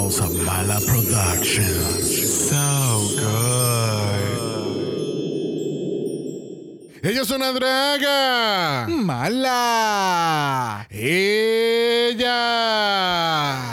Originals of Mala Productions. So good. Ella es una draga. Mala. Ella.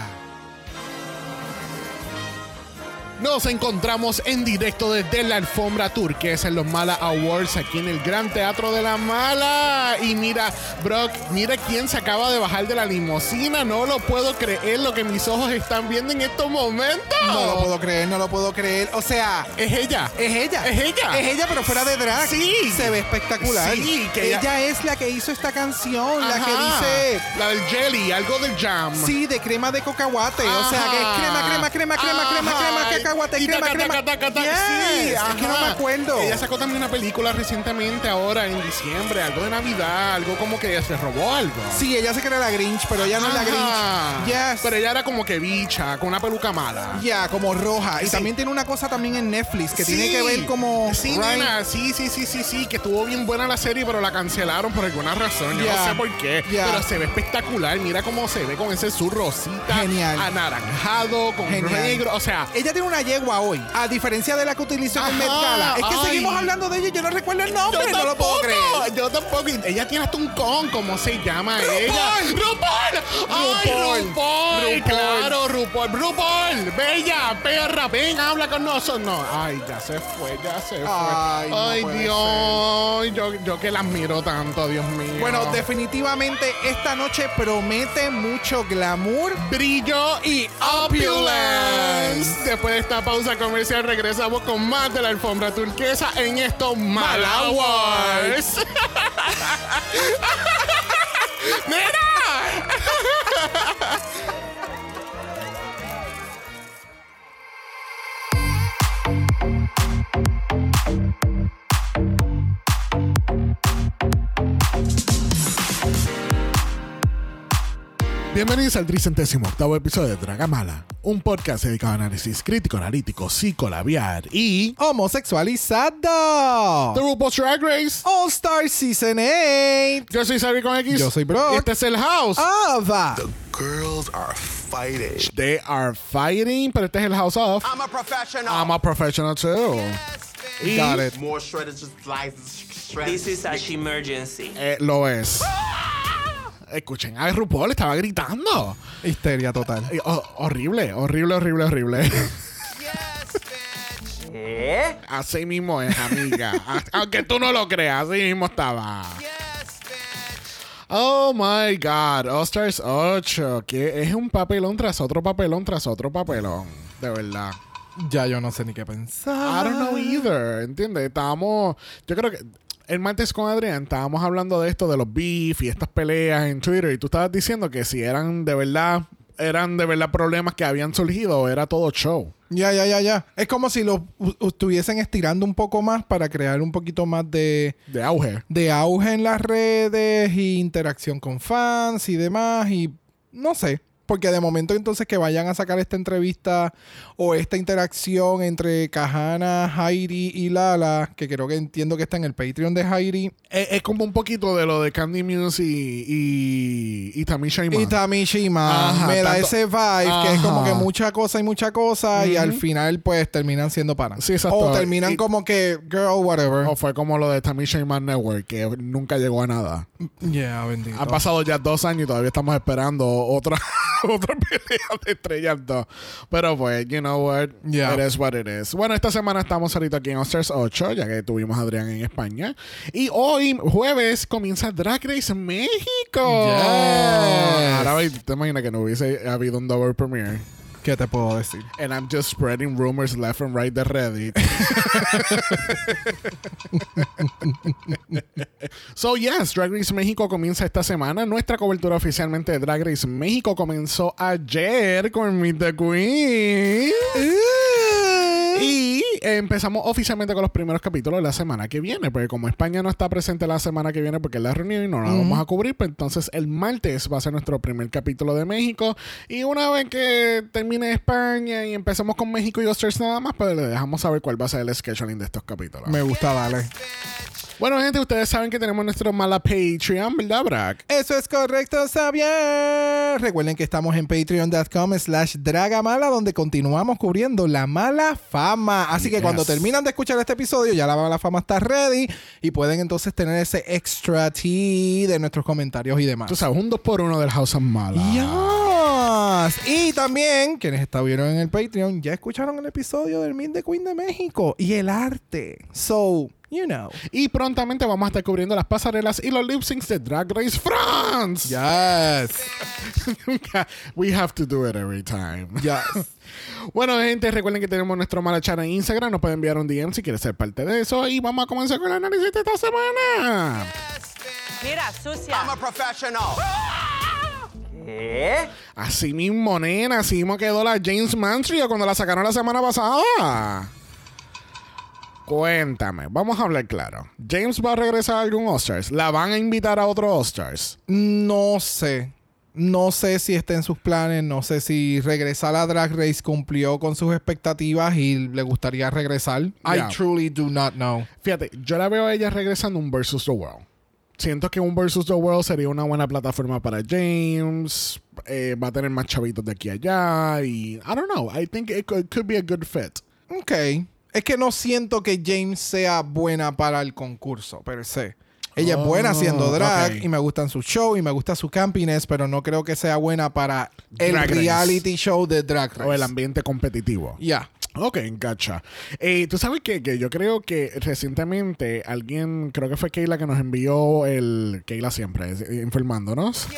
Nos encontramos en directo desde la alfombra turquesa en los Mala Awards aquí en el Gran Teatro de la Mala. Y mira, Brock, mira quién se acaba de bajar de la limusina. No lo puedo creer lo que mis ojos están viendo en estos momentos. No lo puedo creer. O sea, es ella. Es ella, pero fuera de drag. Sí. Se ve espectacular. Sí, que ella es la que hizo esta canción, Ajá. la que dice... La del jelly, algo del jam. Sí, de crema de cacahuate. O sea, que es crema, cacahuate, crema. Sí, Es que no me acuerdo. Ella sacó también una película recientemente, ahora en diciembre, algo de Navidad, algo como que ella se robó algo. Sí, ella se cree la Grinch, pero ella no es la Grinch. Yes. Pero ella era como que bicha, con una peluca mala. Ya, como roja. Y Sí. también tiene una cosa también en Netflix que tiene que ver como... Sí, right? nena, sí, que estuvo bien buena la serie, pero la cancelaron por alguna razón. Yo no sé por qué. Pero se ve espectacular. Mira cómo se ve con ese azul rosita. Genial. Anaranjado, con negro. O sea, ella tiene una yegua hoy, a diferencia de la que utilizó en el Met Gala. Es que seguimos hablando de ella y yo no recuerdo el nombre. No lo puedo creer. Yo tampoco. Ella tiene hasta un con. ¿Cómo se llama ella? ¡RuPaul! ¡Ay, RuPaul! Claro, RuPaul. Bella, perra, ven, habla con nosotros. No, ay, ya se fue. Ay, no Dios. Yo que la admiro tanto, Dios mío. Bueno, definitivamente esta noche promete mucho glamour, brillo y opulence. Después de esta pausa comercial regresamos con más de la alfombra turquesa en estos Mala Awards. ¡Mira! Bienvenidos al 38º episodio de Draga Mala, un podcast dedicado a análisis crítico, analítico, psicolabiar y homosexualizado. The RuPaul's Drag Race All Star Season 8. Yo soy Xavier con X. Yo soy Brock. Este es el House. Ava. The girls are fighting. They are fighting, pero este es el House of. I'm a professional. I'm a professional too. Yes, Got it. More shredders just flies. This is a emergency. Lo es. Escuchen, a RuPaul estaba gritando. Histeria total. Horrible. ¿Eh? Así mismo es, amiga. Aunque tú no lo creas, así mismo estaba. Oh my God. All Stars 8. Que es un papelón tras otro papelón tras otro papelón. De verdad. Ya yo no sé ni qué pensar. I don't know either. ¿Entiendes? Yo creo que el martes con Adrián estábamos hablando de esto, de los beef y estas peleas en Twitter. Y tú estabas diciendo que si eran de verdad problemas que habían surgido o era todo show. Ya. Es como si lo estuviesen estirando un poco más para crear un poquito más de auge. De auge en las redes y interacción con fans y demás. Y no sé. Porque de momento entonces que vayan a sacar esta entrevista o esta interacción entre Kahana, Heidi y Lala, que entiendo que está en el Patreon de Heidi. Es como un poquito de lo de Candy Muse y Tamisha Iman. Y Tamisha Iman. Me da ese vibe que es como que mucha cosa y al final pues terminan siendo panas. Sí, exacto. O terminan como que girl, whatever. O fue como lo de Tamisha Iman Network, que nunca llegó a nada. Yeah, bendito. Han pasado ya 2 años y todavía estamos esperando otra pelea de estrellas 2. Pero pues, you know what? Yeah. It is what it is. Bueno, esta semana estamos ahorita aquí en All Stars 8, ya que tuvimos a Adrián en España. Y hoy, jueves, comienza Drag Race México. Yes. Ahora te imaginas que no hubiese habido un double premiere. ¿Qué te puedo decir? And I'm just spreading rumors left and right de Reddit. So yes, Drag Race México comienza esta semana. Nuestra cobertura oficialmente de Drag Race México comenzó ayer con Meet the Queen. Y empezamos oficialmente con los primeros capítulos la semana que viene, porque como España no está presente la semana que viene porque es la reunión y no la vamos a cubrir, pues entonces el martes va a ser nuestro primer capítulo de México. Y una vez que termine España y empecemos con México y Osters nada más, pues le dejamos saber cuál va a ser el scheduling de estos capítulos. Me gusta, dale. Bueno, gente, ustedes saben que tenemos nuestro mala Patreon, ¿verdad, Brack? Eso es correcto, Xavier. Recuerden que estamos en patreon.com/dragamala, donde continuamos cubriendo la mala fama. Así que cuando terminan de escuchar este episodio, ya la mala fama está ready y pueden entonces tener ese extra tea de nuestros comentarios y demás. Tú sabes, un 2x1 del House of Mala. Yes. Y también, quienes estuvieron en el Patreon, ya escucharon el episodio del Meet the Queen de México y el arte. So, you know. Y prontamente vamos a estar cubriendo las pasarelas y los lip syncs de Drag Race France. Yes. We have to do it every time. Yes. Bueno, gente, recuerden que tenemos nuestro mala chat en Instagram. Nos pueden enviar un DM si quieres ser parte de eso. Y vamos a comenzar con el análisis de esta semana. Mira, sucia. I'm a professional. ¿Qué? Así mismo, nena. Así mismo quedó la James Mansfield cuando la sacaron la semana pasada. Cuéntame, vamos a hablar claro. ¿James va a regresar a algún All-Stars? ¿La van a invitar a otro All-Stars? No sé. No sé si está en sus planes. No sé si regresar a Drag Race cumplió con sus expectativas y le gustaría regresar. Yeah. I truly do not know. Fíjate, yo la veo a ella regresando un Versus the World. Siento que un Versus the World sería una buena plataforma para James. Va a tener más chavitos de aquí a allá. Y I don't know. I think it could be a good fit. Ok. Es que no siento que James sea buena para el concurso, per se. Ella es buena haciendo drag y me gustan sus shows y me gusta su campiness, pero no creo que sea buena para el Drag Race. reality show de Drag Race. O el ambiente competitivo. Ya. Ok, gotcha. Tú sabes que yo creo que recientemente alguien, creo que fue Keila que nos envió Keila siempre, informándonos.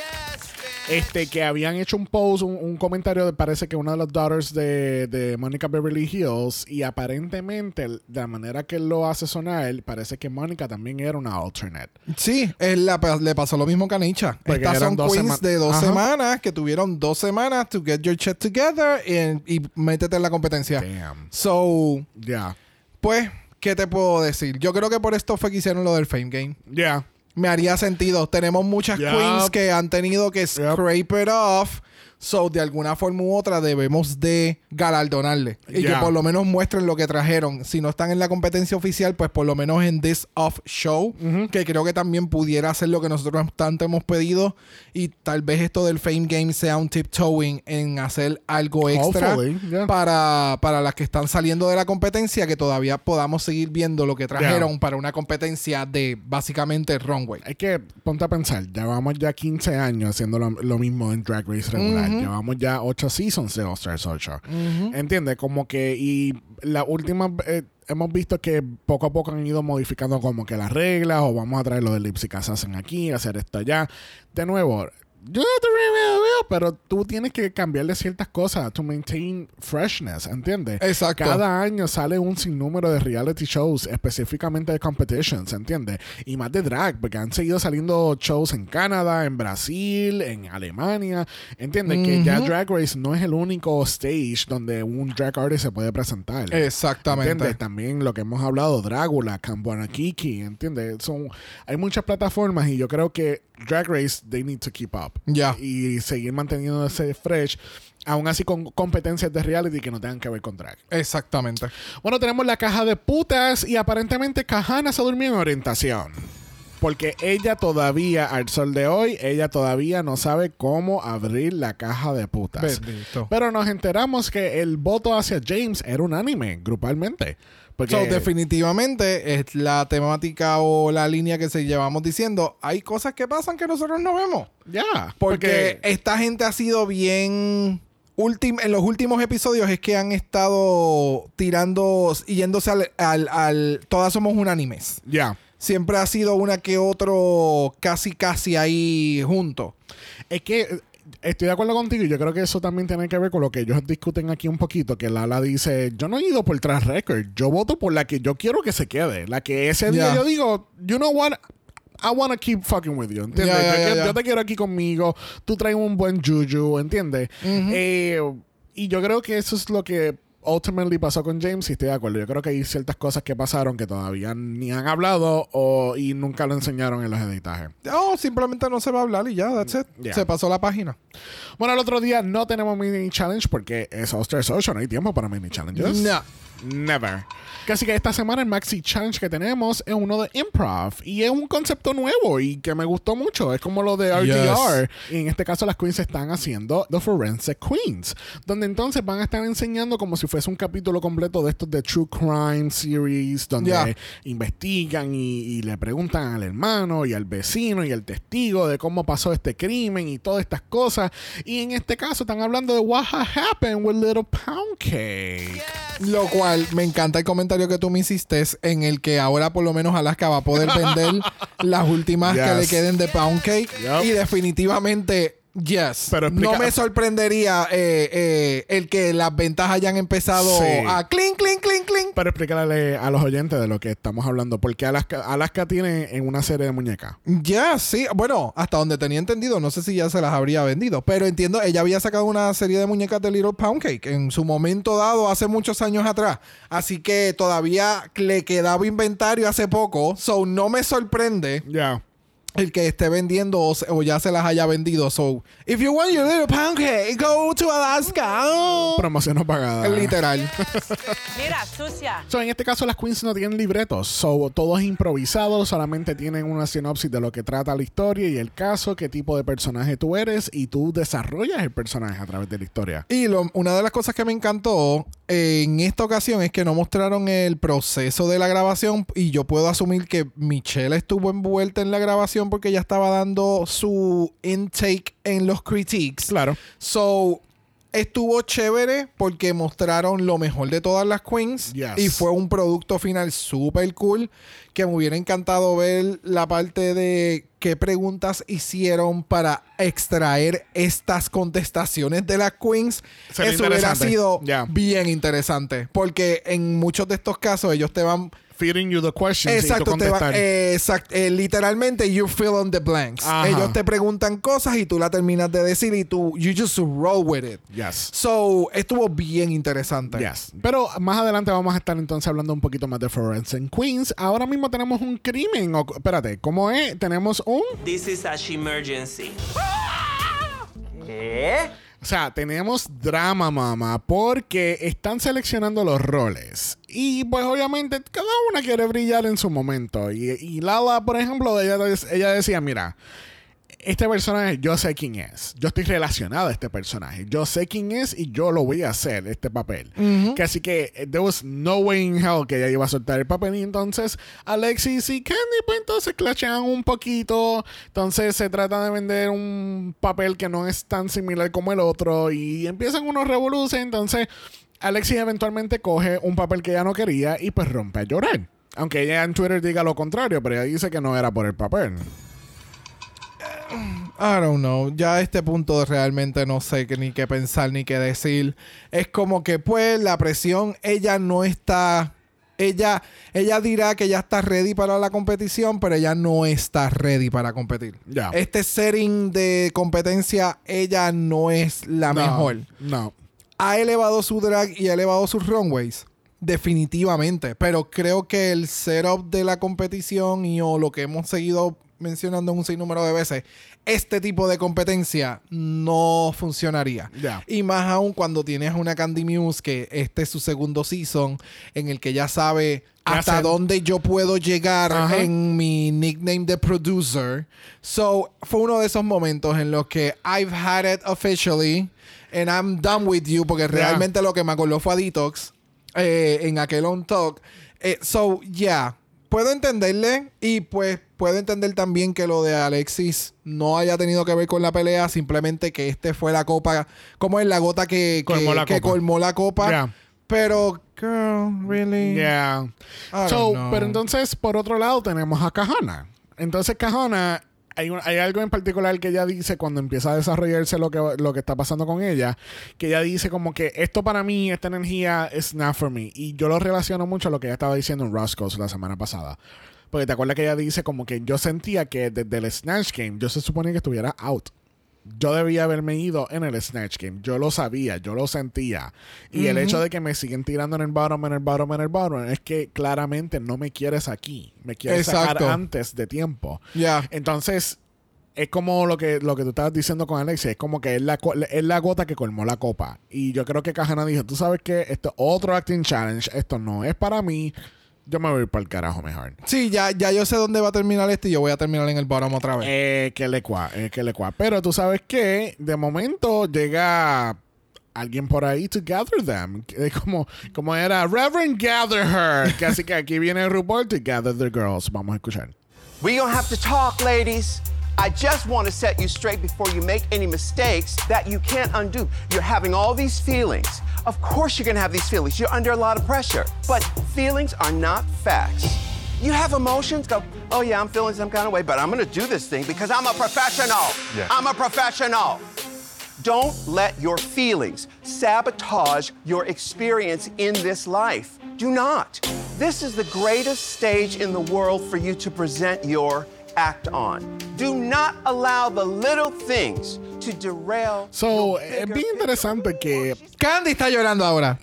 Que habían hecho un post, un comentario, parece que una de las daughters de Monica Beverly Hills, y aparentemente de la manera que él lo hace sonar, parece que Monica también era una alternate. Sí, le pasó lo mismo que a Anisha. Porque Estas eran son queens de 2 Ajá. semanas que tuvieron 2 semanas to get your shit together y métete en la competencia. Damn. So, Ya. pues, ¿qué te puedo decir? Yo creo que por esto fue que hicieron lo del Fame Game. Ya. Me haría sentido. Tenemos muchas Yup. queens que han tenido que scrape it off. So, de alguna forma u otra debemos de galardonarle. Y que por lo menos muestren lo que trajeron. Si no están en la competencia oficial, pues por lo menos en This Off Show. Que creo que también pudiera hacer lo que nosotros tanto hemos pedido. Y tal vez esto del Fame Game sea un tiptoeing en hacer algo extra para las que están saliendo de la competencia. Que todavía podamos seguir viendo lo que trajeron para una competencia de básicamente runway. Es que ponte a pensar, llevamos ya 15 años haciendo lo mismo en Drag Race regular. Llevamos ya 8 seasons de All Stars 8. ¿Entiendes? Como que y la última hemos visto que poco a poco han ido modificando como que las reglas, o vamos a traer lo de lip sync que se hacen aquí, hacer esto allá. De nuevo, yo te veo, pero tú tienes que cambiarle ciertas cosas to maintain freshness, ¿entiendes? Exacto. Cada año sale un sinnúmero de reality shows, específicamente de competitions, ¿entiendes? Y más de drag, porque han seguido saliendo shows en Canadá, en Brasil, en Alemania, ¿entiendes? Que ya Drag Race no es el único stage donde un drag artist se puede presentar. Exactamente. ¿Entiendes? También lo que hemos hablado, Drácula, Camboana Kiki, ¿entiendes? Hay muchas plataformas y yo creo que Drag Race, they need to keep up. Ya. Y seguir manteniendo ese fresh, aún así con competencias de reality que no tengan que ver con drag. Exactamente. Bueno, tenemos la caja de putas y aparentemente Kahana se durmió en orientación. Porque ella todavía, al sol de hoy, ella todavía no sabe cómo abrir la caja de putas. Bendito. Pero nos enteramos que el voto hacia James era unánime, grupalmente. Porque So, definitivamente es la temática o la línea que se llevamos diciendo. Hay cosas que pasan que nosotros no vemos. ya. Porque esta gente ha sido bien... en los últimos episodios es que han estado tirando... yéndose al todas somos unánimes. Ya. Siempre ha sido una que otro casi ahí junto. Es que estoy de acuerdo contigo y yo creo que eso también tiene que ver con lo que ellos discuten aquí un poquito, que Lala dice, yo no he ido por track record, yo voto por la que yo quiero que se quede, la que ese día yo digo, you know what, I wanna keep fucking with you, ¿entiendes? Yo te quiero aquí conmigo, tú traes un buen juju, ¿entiendes? Y yo creo que eso es lo que ultimately pasó con James y estoy de acuerdo. Yo creo que hay ciertas cosas que pasaron que todavía ni han hablado y nunca lo enseñaron en los editajes. Simplemente no se va a hablar y ya, that's it. Yeah. Se pasó la página. Bueno, el otro día no tenemos mini challenge porque es All-Star Social, no hay tiempo para mini challenges. No. Never. Así que esta semana el maxi challenge que tenemos es uno de improv y es un concepto nuevo y que me gustó mucho. Es como lo de RDR. Y en este caso las queens están haciendo The Forensic Queens, donde entonces van a estar enseñando como si fuese un capítulo completo de estos de True Crime Series, donde investigan y le preguntan al hermano y al vecino y al testigo de cómo pasó este crimen y todas estas cosas. Y en este caso están hablando de What Happened with Little Pound Cake. Lo cual me encanta el comentario que tú me hiciste en el que ahora por lo menos Alaska va a poder vender las últimas que le queden de Pound Cake. Y definitivamente, yes. Pero no me sorprendería el que las ventas hayan empezado a clink, clink, clink, clink. Pero explícale a los oyentes de lo que estamos hablando. Porque Alaska tiene en una serie de muñecas. Ya, sí. Bueno, hasta donde tenía entendido. No sé si ya se las habría vendido. Pero entiendo, ella había sacado una serie de muñecas de Little Pound Cake en su momento dado hace muchos años atrás. Así que todavía le quedaba inventario hace poco. So, no me sorprende. Ya. El que esté vendiendo o ya se las haya vendido. So, if you want your little pound cake, go to Alaska. Promoción no pagada. Literal. Mira, sucia. So, en este caso las queens no tienen libretos. So, todo es improvisado. Solamente tienen una sinopsis de lo que trata la historia y el caso, qué tipo de personaje tú eres y tú desarrollas el personaje a través de la historia. Y una de las cosas que me encantó en esta ocasión es que no mostraron el proceso de la grabación y yo puedo asumir que Michelle estuvo envuelta en la grabación porque ella estaba dando su intake en los critiques. Claro. So, estuvo chévere porque mostraron lo mejor de todas las queens. Yes. Y fue un producto final súper cool. Que me hubiera encantado ver la parte de qué preguntas hicieron para extraer estas contestaciones de las queens. Sería Eso hubiera interesante. sido Yeah. bien interesante. Porque en muchos de estos casos ellos te van... Feeding you the questions Exacto, y tú contestar. literalmente you fill in the blanks. Ajá. Ellos te preguntan cosas y tú la terminas de decir y tú you just roll with it. Yes. So, estuvo bien interesante. Yes. Pero más adelante vamos a estar entonces hablando un poquito más de Forensic Queens. Ahora mismo tenemos un crimen. Espérate, ¿cómo es? Tenemos un... This is a emergency. O sea, tenemos drama, mamá, porque están seleccionando los roles. Y pues obviamente cada una quiere brillar en su momento. Y Lala, por ejemplo, ella decía, mira, este personaje yo sé quién es. Yo estoy relacionado a este personaje. Yo sé quién es y yo lo voy a hacer, este papel. Que así que there was no way in hell que ella iba a soltar el papel. Y entonces Alexis y Candy pues entonces clashean un poquito. Entonces se trata de vender un papel que no es tan similar como el otro. Y empiezan unos revoluciones. Entonces Alexis eventualmente coge un papel que ella no quería y pues rompe a llorar. Aunque ella en Twitter diga lo contrario, pero ella dice que no era por el papel. I don't know. Ya a este punto realmente no sé ni qué pensar ni qué decir. Es como que pues la presión, ella no está... Ella dirá que ya está ready para la competición, pero ella no está ready para competir. Ya. Este setting de competencia, ella no es la mejor. No. ¿Ha elevado su drag y ha elevado sus runways? Definitivamente. Pero creo que el setup de la competición o lo que hemos seguido mencionando un sinnúmero de veces, este tipo de competencia no funcionaría. Yeah. Y más aún cuando tienes una Candy Muse que este es su segundo season en el que ya sabe hasta dónde yo puedo llegar en mi nickname de producer. So, fue uno de esos momentos en los que I've had it officially and I'm done with you porque realmente lo que me acordó fue a Detox en aquel On Talk. So, yeah. Puedo entenderle y pues puedo entender también que lo de Alexis no haya tenido que ver con la pelea, simplemente que este fue la copa, como es la gota que colmó la copa. Yeah. Pero, girl, really? Yeah. I don't know. Pero entonces, por otro lado, tenemos a Kahana. Entonces, Kahana, hay algo en particular que ella dice cuando empieza a desarrollarse lo que está pasando con ella, que ella dice como que esto para mí, esta energía is not for me. Y yo lo relaciono mucho a lo que ella estaba diciendo en Roscoe's la semana pasada. Porque te acuerdas que ella dice como que yo sentía que desde el Snatch Game yo se suponía que estuviera out. yo debía haberme ido en el Snatch Game. Yo lo sabía, yo lo sentía. Y el hecho de que me siguen tirando en el bottom es que claramente no me quieres aquí. Me quieres sacar antes de tiempo. Ya. Entonces, es como lo que tú estabas diciendo con Alexia. Es como que es la gota que colmó la copa. Y yo creo que Kahana dijo, ¿tú sabes qué? Esto es otro acting challenge. Esto no es para mí. Yo me voy para el carajo mejor. Sí, ya yo sé dónde va a terminar esto y yo voy a terminar en el bottom otra vez. Que le cua. Pero tú sabes que de momento llega alguien por ahí to gather them. Como era Reverend Gather Her. Que así que aquí viene RuPaul to gather the girls. Vamos a escuchar. We don't have to talk, ladies. I just want to set you straight before you make any mistakes that you can't undo. You're having all these feelings. Of course you're going to have these feelings. You're under a lot of pressure. But feelings are not facts. You have emotions, go, oh yeah, I'm feeling some kind of way, but I'm going to do this thing because I'm a professional. Yeah. I'm a professional. Don't let your feelings sabotage your experience in this life. Do not. This is the greatest stage in the world for you to present your act on. Do not allow the little things to derail. So, es bien interesante que Candy está llorando ahora.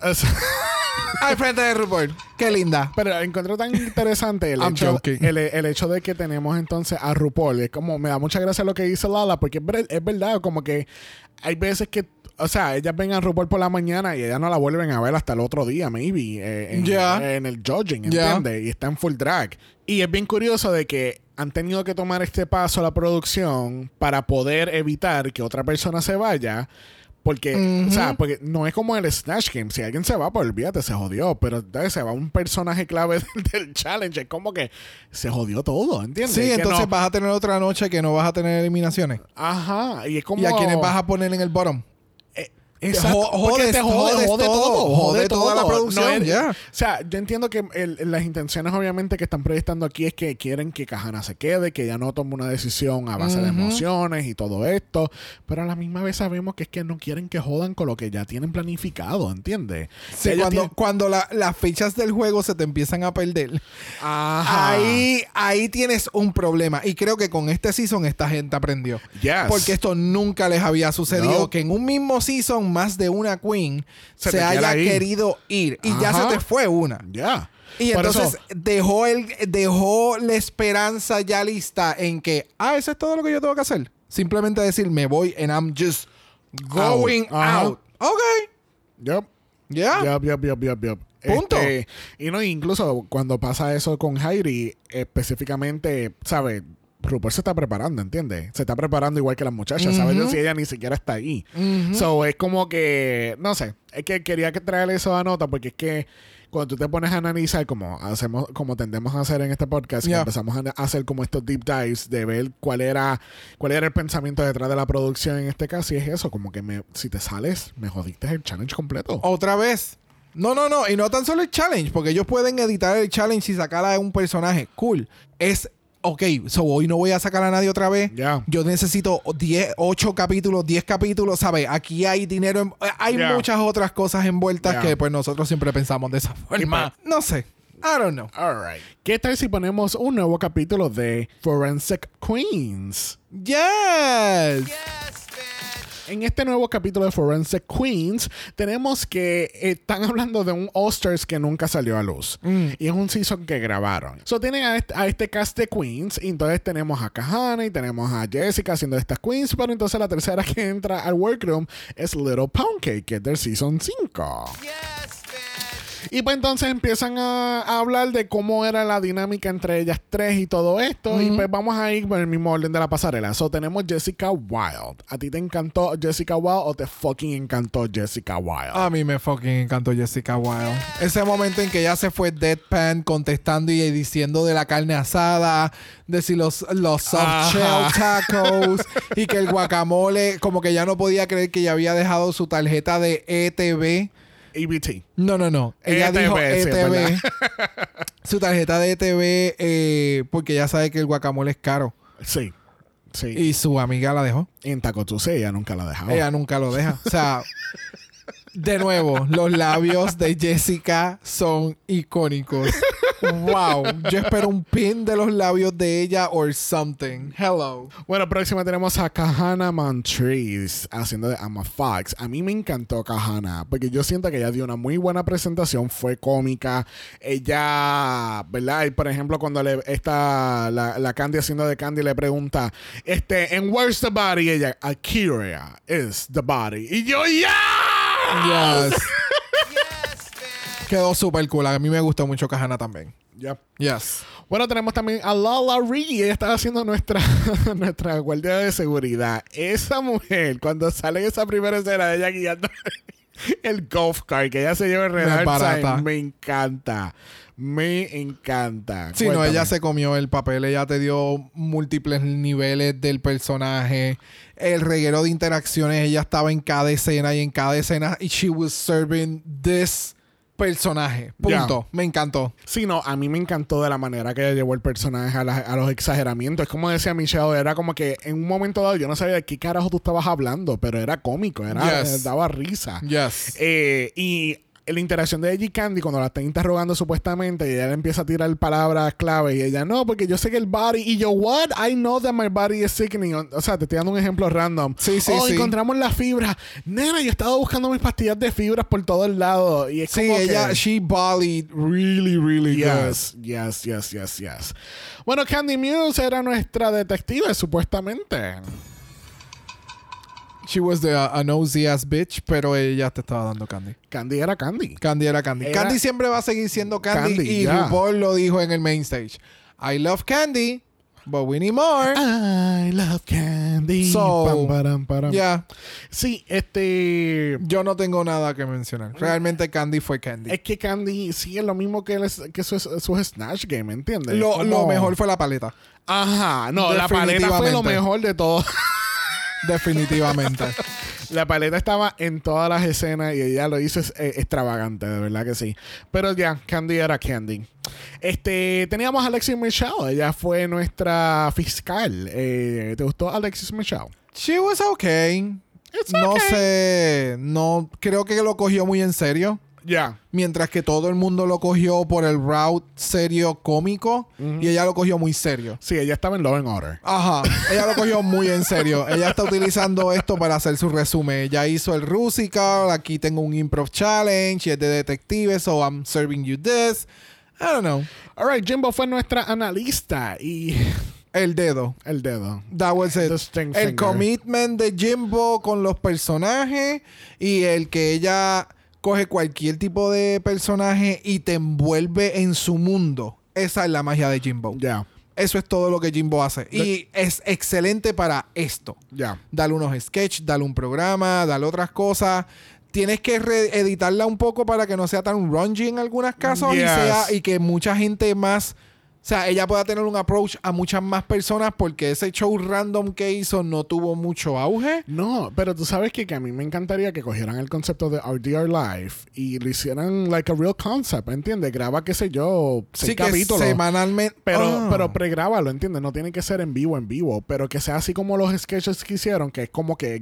Al frente de RuPaul. Qué linda. Pero encuentro tan interesante el hecho de que tenemos entonces a RuPaul. Es como, me da mucha gracia lo que dice Lala, porque es verdad, como que hay veces que, o sea, ellas ven a RuPaul por la mañana y ellas no la vuelven a ver hasta el otro día, maybe, en el judging, ¿entiendes? Y está en full drag. Y es bien curioso de que han tenido que tomar este paso a la producción para poder evitar que otra persona se vaya. Porque, o sea, porque no es como el Snatch Game. Si alguien se va, pues olvídate, se jodió. Pero se va un personaje clave del challenge. Es como que se jodió todo, ¿entiendes? Sí, que entonces vas a tener otra noche que no vas a tener eliminaciones. Ajá. Y es como... ¿Y a quiénes vas a poner en el bottom? Exacto, jode todo. Jode toda la producción, O sea, yo entiendo que las intenciones obviamente que están proyectando aquí es que quieren que Kahana se quede, que ella no tome una decisión a base de emociones y todo esto, pero a la misma vez sabemos que es que no quieren que jodan con lo que ya tienen planificado, ¿entiendes? Sí, cuando las fichas del juego se te empiezan a perder, ajá, ahí tienes un problema. Y creo que con este season esta gente aprendió. Yes. Porque esto nunca les había sucedido, no, que en un mismo season más de una queen se haya querido ir y ya se te fue una. Ya. Y por entonces dejó la esperanza ya lista en que, eso es todo lo que yo tengo que hacer. Simplemente decir, me voy and I'm just going out. Ok. Yep. Yeah. Yep. Punto. Y no, incluso cuando pasa eso con Heidi, específicamente, ¿sabes? RuPaul se está preparando, ¿entiendes? Se está preparando igual que las muchachas, ¿sabes? Si ella ni siquiera está ahí. So, es como que, no sé, es que quería traerle eso a nota porque es que cuando tú te pones a analizar como tendemos a hacer en este podcast, que empezamos a hacer como estos deep dives de ver cuál era el pensamiento detrás de la producción en este caso, y es eso, como que si te sales, me jodiste el challenge completo. Otra vez. No. Y no tan solo el challenge, porque ellos pueden editar el challenge y sacar a un personaje. Cool. Ok, hoy no voy a sacar a nadie otra vez. Yeah. Yo necesito 8 capítulos, 10 capítulos, ¿sabes? Aquí hay dinero, hay muchas otras cosas envueltas que pues nosotros siempre pensamos de esa forma. No sé. I don't know. All right. ¿Qué tal si ponemos un nuevo capítulo de Forensic Queens? Yes. En este nuevo capítulo de Forensic Queens tenemos que están hablando de un All-Stars que nunca salió a luz. Y es un season que grabaron. So tienen a este cast de Queens. Y entonces tenemos a Kahana y tenemos a Jessica haciendo estas Queens. Pero entonces la tercera que entra al workroom es Little Pound Cake, que es del season 5. Y pues entonces empiezan a hablar de cómo era la dinámica entre ellas tres y todo esto. Y pues vamos a ir por el mismo orden de la pasarela. So tenemos Jessica Wild. ¿A ti te encantó Jessica Wild o te fucking encantó Jessica Wild? A mí me fucking encantó Jessica Wild. Ese momento en que ella se fue deadpan contestando y diciendo de la carne asada, de si los soft shell tacos y que el guacamole, como que ya no podía creer que ya había dejado su tarjeta de ETV. EBT. No. Ella dijo ETV. Su tarjeta de ETV porque ella sabe que el guacamole es caro. Sí. Y su amiga la dejó. En Taco Tuesday ella nunca la dejaba. Ella nunca lo deja. O sea, de nuevo, los labios de Jessica son icónicos. Wow. Yo espero un pin de los labios de ella or something. Hello. Bueno, próxima tenemos a Kahana Montrese haciendo de Emma Fox. A mí me encantó Kahana porque yo siento que ella dio una muy buena presentación, fue cómica. Ella, ¿verdad? Y por ejemplo, cuando le está la Candy haciendo de Candy le pregunta, ¿and where's the body? Y ella, Akira is the body. Y yo, ¡yeah! Yes. Quedó súper cool. A mí me gustó mucho Kahana también. Yep. Yes. Bueno, tenemos también a Lala Ree. Ella estaba haciendo nuestra guardia de seguridad. Esa mujer, cuando sale en esa primera escena de ella guiando el golf cart, que ella se lleva el barata. me encanta. Me encanta. Sí, no, ella se comió el papel. Ella te dio múltiples niveles del personaje. El reguero de interacciones. Ella estaba en cada escena y she was serving this personaje. Punto. Yeah. Me encantó. Sí, no, a mí me encantó de la manera que ella llevó el personaje a los exageramientos. Es como decía Michelle, era como que en un momento dado yo no sabía de qué carajo tú estabas hablando, pero era cómico, daba risa. Yes. Y la interacción de ella y Candy cuando la están interrogando supuestamente y ella le empieza a tirar palabras clave y ella, no, porque yo sé que el body y yo, what? I know that my body is sickening. O sea, te estoy dando un ejemplo random. Sí. Encontramos la fibra. Nena, yo he estado buscando mis pastillas de fibras por todo el lado. Y es Sí, como ella, que, she volleyed really, really yes. Bueno, Candy Muse era nuestra detective, supuestamente. She was a nosy ass bitch, pero ella te estaba dando Candy. Candy era Candy. Candy era Candy. Era Candy siempre va a seguir siendo Candy y yeah. RuPaul lo dijo en el main stage. I love Candy, but we need more. I love Candy. So, Param. Yeah. Sí, Yo no tengo nada que mencionar. Realmente Candy fue Candy. es que Candy sí es lo mismo que sus Snatch Game, ¿entiendes? Lo mejor fue la paleta. Ajá, no, la paleta fue lo mejor de todo. Definitivamente. La paleta estaba en todas las escenas y ella lo hizo extravagante, de verdad que sí. Pero ya, Candy era Candy. Teníamos a Alexis Michelle. Ella fue nuestra fiscal. ¿Te gustó Alexis Michelle? She was okay. No sé. No, creo que lo cogió muy en serio. Ya. Mientras que todo el mundo lo cogió por el route serio cómico y ella lo cogió muy serio. Sí, ella estaba en Law and Order. Ajá, ella lo cogió muy en serio. Ella está utilizando esto para hacer su resumen. Ella hizo el Rusical, aquí tengo un improv challenge y es de detective, so I'm serving you this. I don't know. Alright, Jimbo fue nuestra analista y El dedo. That was it. The sting El finger. commitment de Jimbo con los personajes y el que ella coge cualquier tipo de personaje y te envuelve en su mundo. Esa es la magia de Jimbo. Ya. Eso es todo lo que Jimbo hace. Y es excelente para esto. Ya. Dale unos sketches, dale un programa, dale otras cosas. Tienes que reeditarla un poco para que no sea tan grungy en algunos casos Yes. y que mucha gente más... O sea, ella pueda tener un approach a muchas más personas porque ese show random que hizo no tuvo mucho auge. No, pero tú sabes que a mí me encantaría que cogieran el concepto de RDR Live y lo hicieran like a real concept, ¿entiendes? Graba, qué sé yo, 6 Sí, que capítulos. semanalmente... Pero pregrábalo, ¿entiendes? No tiene que ser en vivo, pero que sea así como los sketches que hicieron, que es como que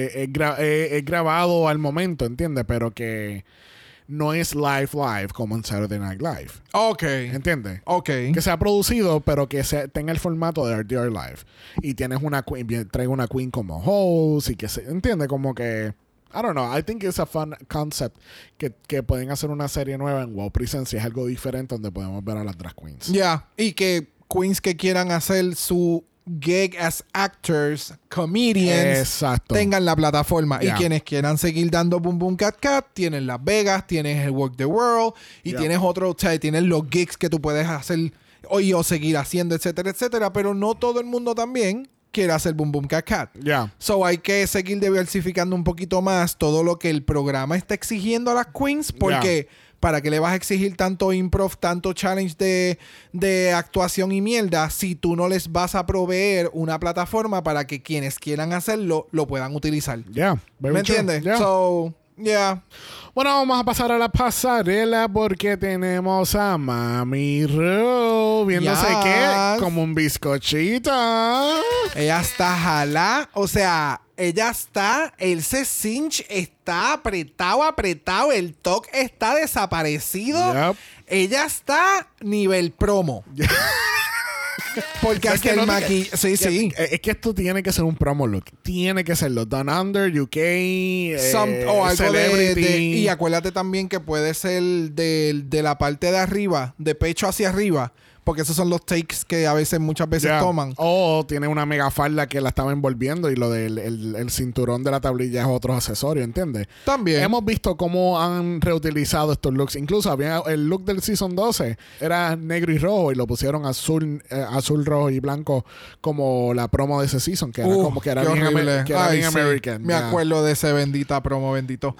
es grabado al momento, ¿entiendes? Pero que no es live como en Saturday Night Live. Ok. ¿Entiendes? Ok. Que sea producido, pero que tenga el formato de RDR Live. Y tienes una queen, traiga una queen como host y que se entiende como que... I don't know. I think it's a fun concept que pueden hacer una serie nueva en WoW Presents y es algo diferente donde podemos ver a las drag queens. Ya. Y que queens que quieran hacer su gig as actors, comedians, Exacto. tengan la plataforma. Yeah. Y quienes quieran seguir dando Boom Boom Cat Cat, tienen Las Vegas, tienes el Work the World y Yeah. tienes o sea, tienes los gigs que tú puedes hacer o seguir haciendo, etcétera, etcétera. Pero no todo el mundo también quiere hacer Boom Boom Cat Cat. Ya. So hay que seguir diversificando un poquito más todo lo que el programa está exigiendo a las queens porque... ¿Para qué le vas a exigir tanto improv, tanto challenge de actuación y mierda si tú no les vas a proveer una plataforma para que quienes quieran hacerlo lo puedan utilizar? Yeah. ¿Me entiendes? Yeah. So, yeah. Bueno, vamos a pasar a la pasarela porque tenemos a Mami Ru viéndose Yes. que como un bizcochito. Ella está jalá. O sea, ella está, ese cinch está apretado, el toque está desaparecido. Yep. Ella está nivel promo. Porque hasta el maquillaje... Sí. Es que esto tiene que ser un promo look. Tiene que serlo. Down Under, UK, o algo Celebrity. y acuérdate también que puede ser de la parte de arriba, de pecho hacia arriba. Porque esos son los takes que muchas veces toman. O tiene una mega falda que la estaba envolviendo y lo del el cinturón de la tablilla es otro accesorio, ¿entiendes? También. Hemos visto cómo han reutilizado estos looks. Incluso había el look del Season 12 era negro y rojo y lo pusieron azul, rojo y blanco como la promo de ese season, que era como que era bien, horrible. que era bien sí. American. Me acuerdo de ese bendita promo, bendito.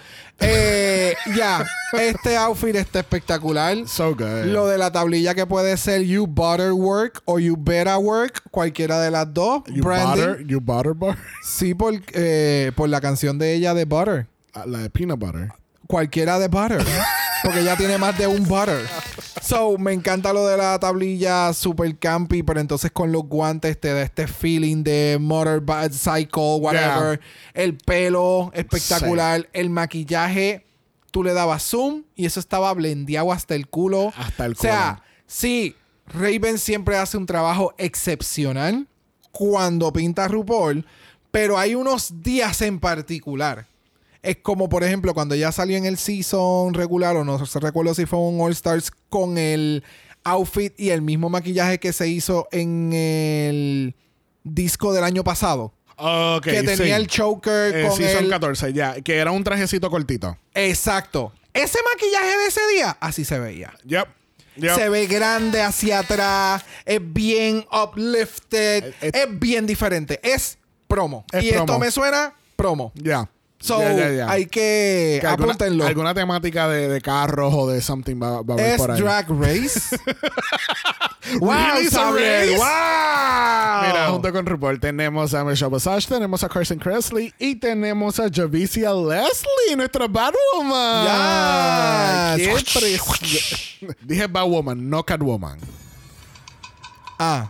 Este outfit está espectacular. So good. Lo de la tablilla que puede ser You Butter Work o You Better Work, cualquiera de las dos. You butter bar. Sí, por la canción de ella de Butter. La de peanut butter. Cualquiera de Butter. Porque ella tiene más de un butter. So, me encanta lo de la tablilla super campy, pero entonces con los guantes te da este feeling de motorcycle, whatever. El pelo espectacular. Sí. El maquillaje, tú le dabas zoom y eso estaba blendeado hasta el culo. Hasta el culo. O sea, culo. sí, Raven siempre hace un trabajo excepcional cuando pinta a RuPaul, pero hay unos días en particular. Es como, por ejemplo, cuando ella salió en el season regular, o no se recuerdo si fue un All Stars, con el outfit y el mismo maquillaje que se hizo en el disco del año pasado. Okay, que tenía el choker con Season el... 14, que era un trajecito cortito. Exacto. Ese maquillaje de ese día, así se veía. Yep. Se ve grande hacia atrás, es bien uplifted, es bien diferente. Es promo. Es y promo. esto me suena promo. Ya. So, hay que apúntenlo. Alguna temática de carros o de something va a haber por ahí. Es Drag Race. ¡Wow, Really, Sabriel! Race? ¡Wow! Mira, junto con RuPaul tenemos a Michelle Visage, tenemos a Carson Kressley y tenemos a Javicia Leslie, nuestra Batwoman. Yes. Dije Batwoman, no Catwoman. Ah.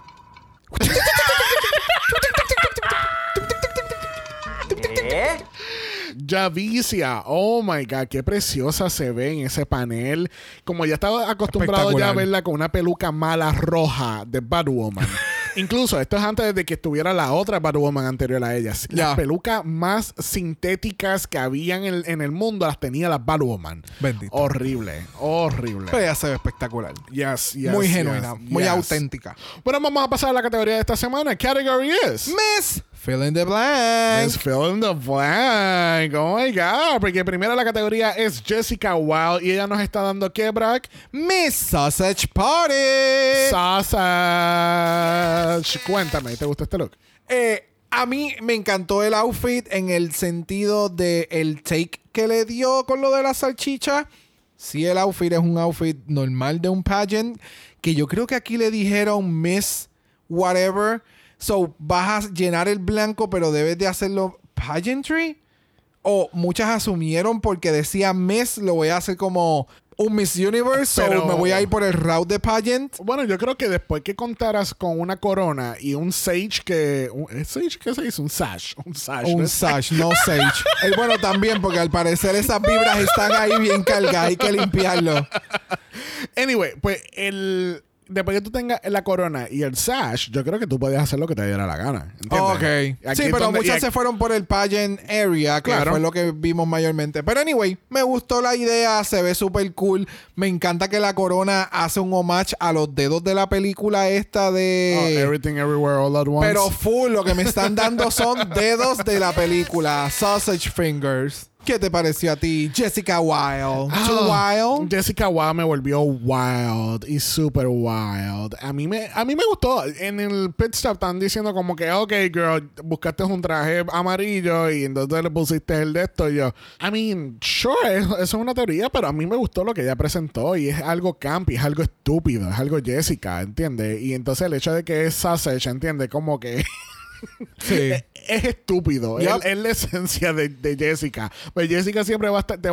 Javicia, oh my God, qué preciosa se ve en ese panel. Como ya estaba acostumbrado ya a verla con una peluca mala roja de Batwoman. Incluso esto es antes de que estuviera la otra Batwoman anterior a ella. Las pelucas más sintéticas que habían en el mundo las tenía la Batwoman. Bendito. Horrible. Pero ella se ve espectacular. Yes, muy genuina, muy auténtica. Bueno, vamos a pasar a la categoría de esta semana. Category is Miss Fill in the Blank. Miss Fill in the Blank. Oh my God. Porque primero la categoría es Jessica Wilde y ella nos está dando ¿qué, Brock? Miss Sausage Party. Sausage. Cuéntame, ¿te gusta este look? A mí me encantó el outfit en el sentido de el take que le dio con lo de la salchicha. Sí, el outfit es un outfit normal de un pageant, que yo creo que aquí le dijeron Miss Whatever. So, vas a llenar el blanco, pero debes de hacerlo pageantry. O muchas asumieron porque decía Miss, lo voy a hacer como un Miss Universe, Pero, o me voy a ir por el route de pageant. Bueno, yo creo que después que contaras con una corona y un sage que... ¿Sage qué se dice? Un sash. Un sash. Un sash, no sage. Bueno, también, porque al parecer esas vibras están ahí bien cargadas. Hay que limpiarlo. Anyway, pues después que tú tengas la corona y el sash, yo creo que tú podías hacer lo que te diera la gana. ¿Entiendes? Ok. Aquí Sí, pero donde- muchas se fueron por el pageant area, que Claro. fue lo que vimos mayormente. Pero anyway, me gustó la idea, se ve súper cool. Me encanta que la corona hace un homage a los dedos de la película esta de... Everything Everywhere All at Once. Pero full, lo que me están dando son dedos de la película. Sausage Fingers. ¿Qué te pareció a ti, Jessica Wilde? ¿Too wild? Jessica Wilde me volvió wild y super wild. A mí me gustó. En el pit stop están diciendo como que, ok, girl, buscaste un traje amarillo y entonces le pusiste el de esto. Y yo, I mean, sure, eso es una teoría, pero a mí me gustó lo que ella presentó y es algo campy, es algo estúpido, es algo Jessica, ¿entiendes? Y entonces el hecho de que es sausage, ¿entiendes? Como que... Sí. Es estúpido. Yep. Es la esencia de Jessica. Pues Jessica siempre te va a dar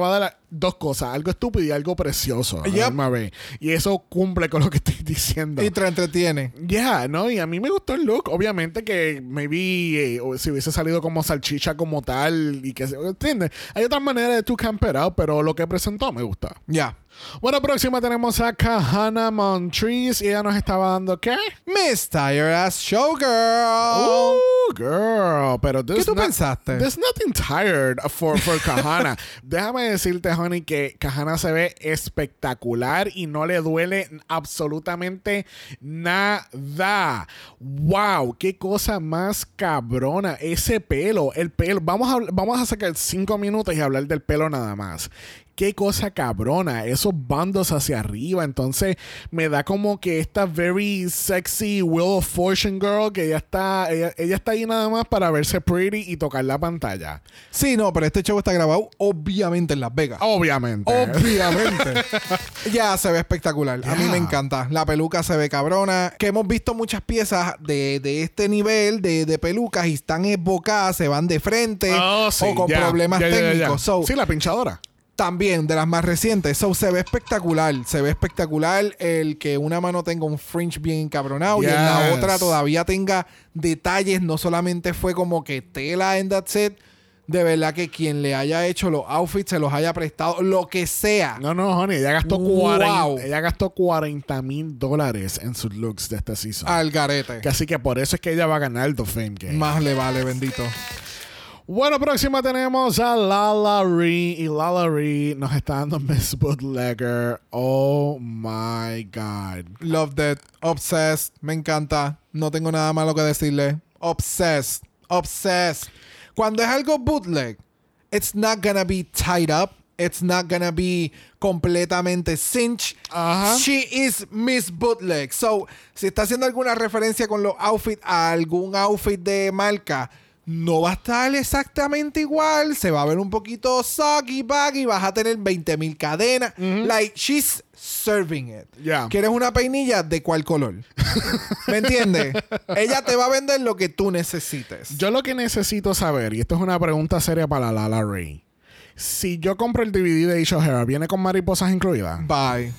dos cosas, algo estúpido y algo precioso. Yep. Y eso cumple con lo que estoy diciendo. Y te entretiene. ¿no? Y a mí me gustó el look. Obviamente que maybe si hubiese salido como salchicha como tal y que ¿entiendes? Hay otras maneras de tu camp it out, pero lo que presentó me gusta. Ya. Bueno, próxima tenemos a Kahana Montrese y ella nos estaba dando ¿qué? Miss Tired Ass Showgirl. Girl, pero ¿Qué tú pensaste? There's nothing tired for Kahana. Déjame decirte, honey, que Kahana se ve espectacular y no le duele absolutamente nada. Wow, qué cosa más cabrona. Ese pelo, el pelo. Vamos a sacar 5 minutos y hablar del pelo nada más. Qué cosa cabrona, esos bandos hacia arriba. Entonces me da como que esta very sexy Wheel of Fortune girl que ella está ahí nada más para verse pretty y tocar la pantalla. Sí, no, pero este show está grabado obviamente en Las Vegas. Obviamente. Ya, se ve espectacular. A mí me encanta. La peluca se ve cabrona. Que hemos visto muchas piezas de este nivel de pelucas y están esbocadas, se van de frente o con problemas técnicos. So, sí, la pinchadora. También de las más recientes. So, se ve espectacular. Se ve espectacular el que una mano tenga un fringe bien encabronado y en la otra todavía tenga detalles. No solamente fue como que tela en that set. De verdad que quien le haya hecho los outfits se los haya prestado, lo que sea. No, honey. Ella gastó $40,000 en sus looks de esta season. Al garete. Así que por eso es que ella va a ganar el The Fame Game. Más le vale, bendito. Bueno, próxima tenemos a Lala Ree. Y Lala Ree nos está dando Miss Bootlegger. Oh my God. Love that. Obsessed. Me encanta. No tengo nada malo que decirle. Obsessed. Cuando es algo bootleg, it's not gonna be tied up. It's not gonna be completamente cinched. She is Miss Bootleg. So, si está haciendo alguna referencia con los outfits a algún outfit de marca, no va a estar exactamente igual. Se va a ver un poquito soggy baggy. Vas a tener 20,000 cadenas. Like, she's serving it. Yeah. ¿Quieres una peinilla? ¿De cuál color? ¿Me entiendes? Ella te va a vender lo que tú necesites. Yo lo que necesito saber, y esto es una pregunta seria para Lala Ree. Si yo compro el DVD de Isha O'Hara, ¿viene con mariposas incluidas? Bye.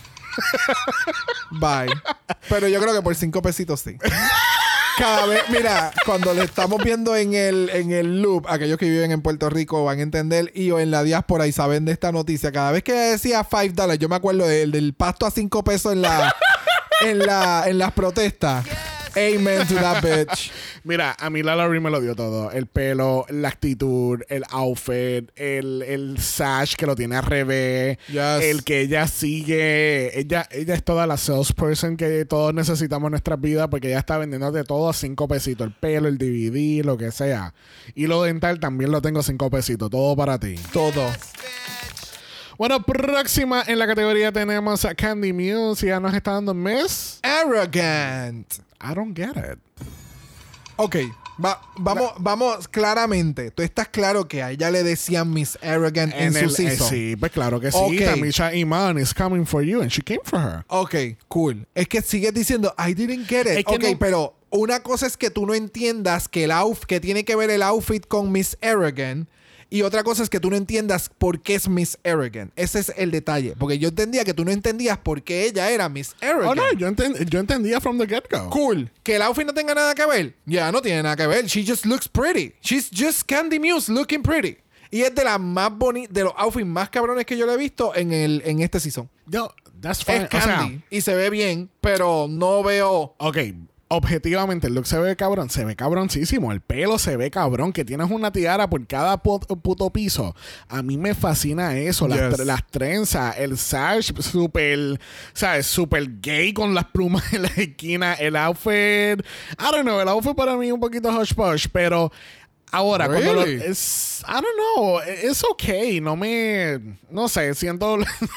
Pero yo creo que por 5 pesitos sí. Cada vez, mira, cuando le estamos viendo en el loop, aquellos que viven en Puerto Rico van a entender, y o en la diáspora y saben de esta noticia, cada vez que decía $5, yo me acuerdo del pasto a 5 pesos en las protestas. Amen to that bitch. Mira, a mí Lala Ree me lo dio todo. El pelo, la actitud, el outfit, el sash que lo tiene al revés. Yes. El que ella sigue. Ella es toda la salesperson que todos necesitamos en nuestras vidas porque ella está vendiendo de todo a 5 pesitos. El pelo, el DVD, lo que sea. Y lo dental también lo tengo a 5 pesitos. Todo para ti. Todo. Bueno, próxima en la categoría tenemos a Candy Muse y ya nos está dando Miss Arrogant. I don't get it. Ok, vamos claramente. Tú estás claro que a ella le decían Miss Arrogant en su season. Sí, pues claro que sí. Okay. Tamisha Iman is coming for you and she came for her. Ok, cool. Es que sigues diciendo I didn't get it. Ok, no, pero una cosa es que tú no entiendas que que tiene que ver el outfit con Miss Arrogant. Y otra cosa es que tú no entiendas por qué es Miss Arrogant. Ese es el detalle. Porque yo entendía que tú no entendías por qué ella era Miss Arrogant. Oh, no. Yo entendía from the get-go. Cool. Que el outfit no tenga nada que ver. Ya, no tiene nada que ver. She just looks pretty. She's just Candy Muse looking pretty. Y es de las más bonitas, de los outfits más cabrones que yo le he visto en este season. Yo, that's fine. Es Candy. Y se ve bien, pero no veo... Ok. Objetivamente, el look se ve cabrón, se ve cabroncísimo. El pelo se ve cabrón. Que tienes una tiara por cada puto piso. A mí me fascina eso. Las trenzas, el sash súper, ¿sabes? Súper gay con las plumas en la esquina. El outfit, I don't know. El outfit para mí es un poquito hush push, pero ahora, cuando I don't know. Es okay. No sé, siento.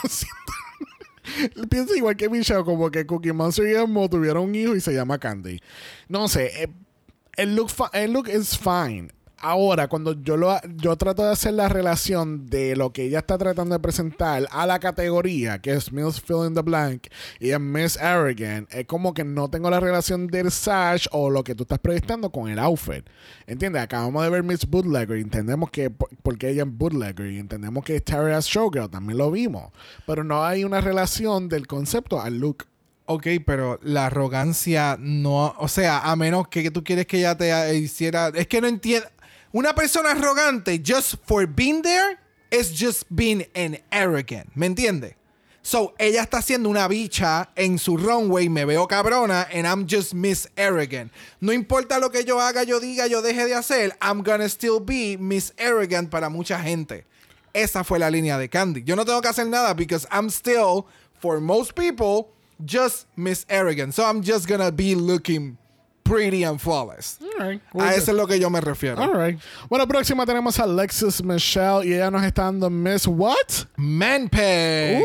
Pienso igual que Michelle, como que Cookie Monster y Elmo tuvieron un hijo y se llama Candy. No sé, el look is fine. Ahora, cuando yo trato de hacer la relación de lo que ella está tratando de presentar a la categoría, que es Miss Fill in the Blank y es Miss Arrogant, es como que no tengo la relación del sash o lo que tú estás proyectando con el outfit. ¿Entiendes? Acabamos de ver Miss Bootlegger y entendemos que porque ella es Bootlegger y entendemos que es Tara Showgirl, también lo vimos. Pero no hay una relación del concepto al look. Ok, pero la arrogancia no... O sea, a menos que tú quieres que ella te hiciera... Es que no entiendo... Una persona arrogante, just for being there, is just being an arrogant. ¿Me entiendes? So, ella está haciendo una bicha en su runway, me veo cabrona, and I'm just Miss Arrogant. No importa lo que yo haga, yo diga, yo deje de hacer, I'm gonna still be Miss Arrogant para mucha gente. Esa fue la línea de Candy. Yo no tengo que hacer nada because I'm still, for most people, just Miss Arrogant. So, I'm just gonna be looking pretty and flawless. Right. A eso es lo que yo me refiero. All right. Bueno, próxima tenemos a Alexis Michelle y ella nos está dando Miss What? Manpeg.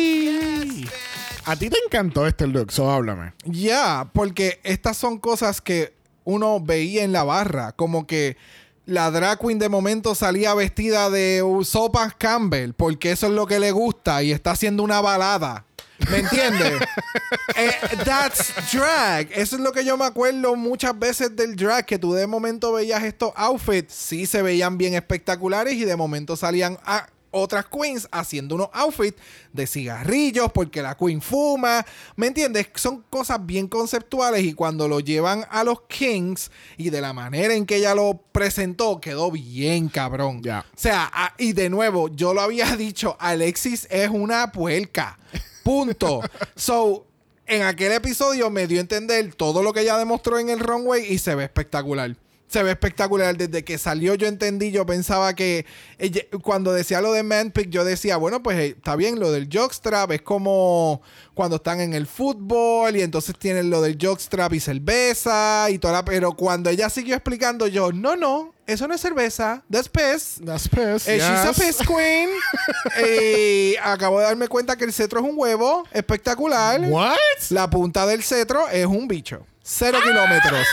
Uy. A ti te encantó este look, so háblame. Ya, porque estas son cosas que uno veía en la barra. Como que la drag queen de momento salía vestida de sopas Campbell, porque eso es lo que le gusta y está haciendo una balada. ¿Me entiendes? That's drag. Eso es lo que yo me acuerdo muchas veces del drag, que tú de momento veías estos outfits, sí se veían bien espectaculares y de momento salían otras queens haciendo unos outfits de cigarrillos porque la queen fuma. ¿Me entiendes? Son cosas bien conceptuales y cuando lo llevan a los Kings y de la manera en que ella lo presentó, quedó bien cabrón. Yeah. O sea, y de nuevo, yo lo había dicho, Alexis es una puerca. Punto. So, en aquel episodio me dio a entender todo lo que ella demostró en el runway y se ve espectacular. Se ve espectacular. Desde que salió yo entendí, yo pensaba que cuando decía lo de Manpeg, yo decía, bueno, pues está bien, lo del jockstrap es como cuando están en el fútbol y entonces tienen lo del jockstrap y cerveza y toda la... Pero cuando ella siguió explicando, yo, no, eso no es cerveza, that's piss. That's piss. She's a piss queen. Acabo de darme cuenta que el cetro es un huevo espectacular. What? La punta del cetro es un bicho. 0 kilómetros.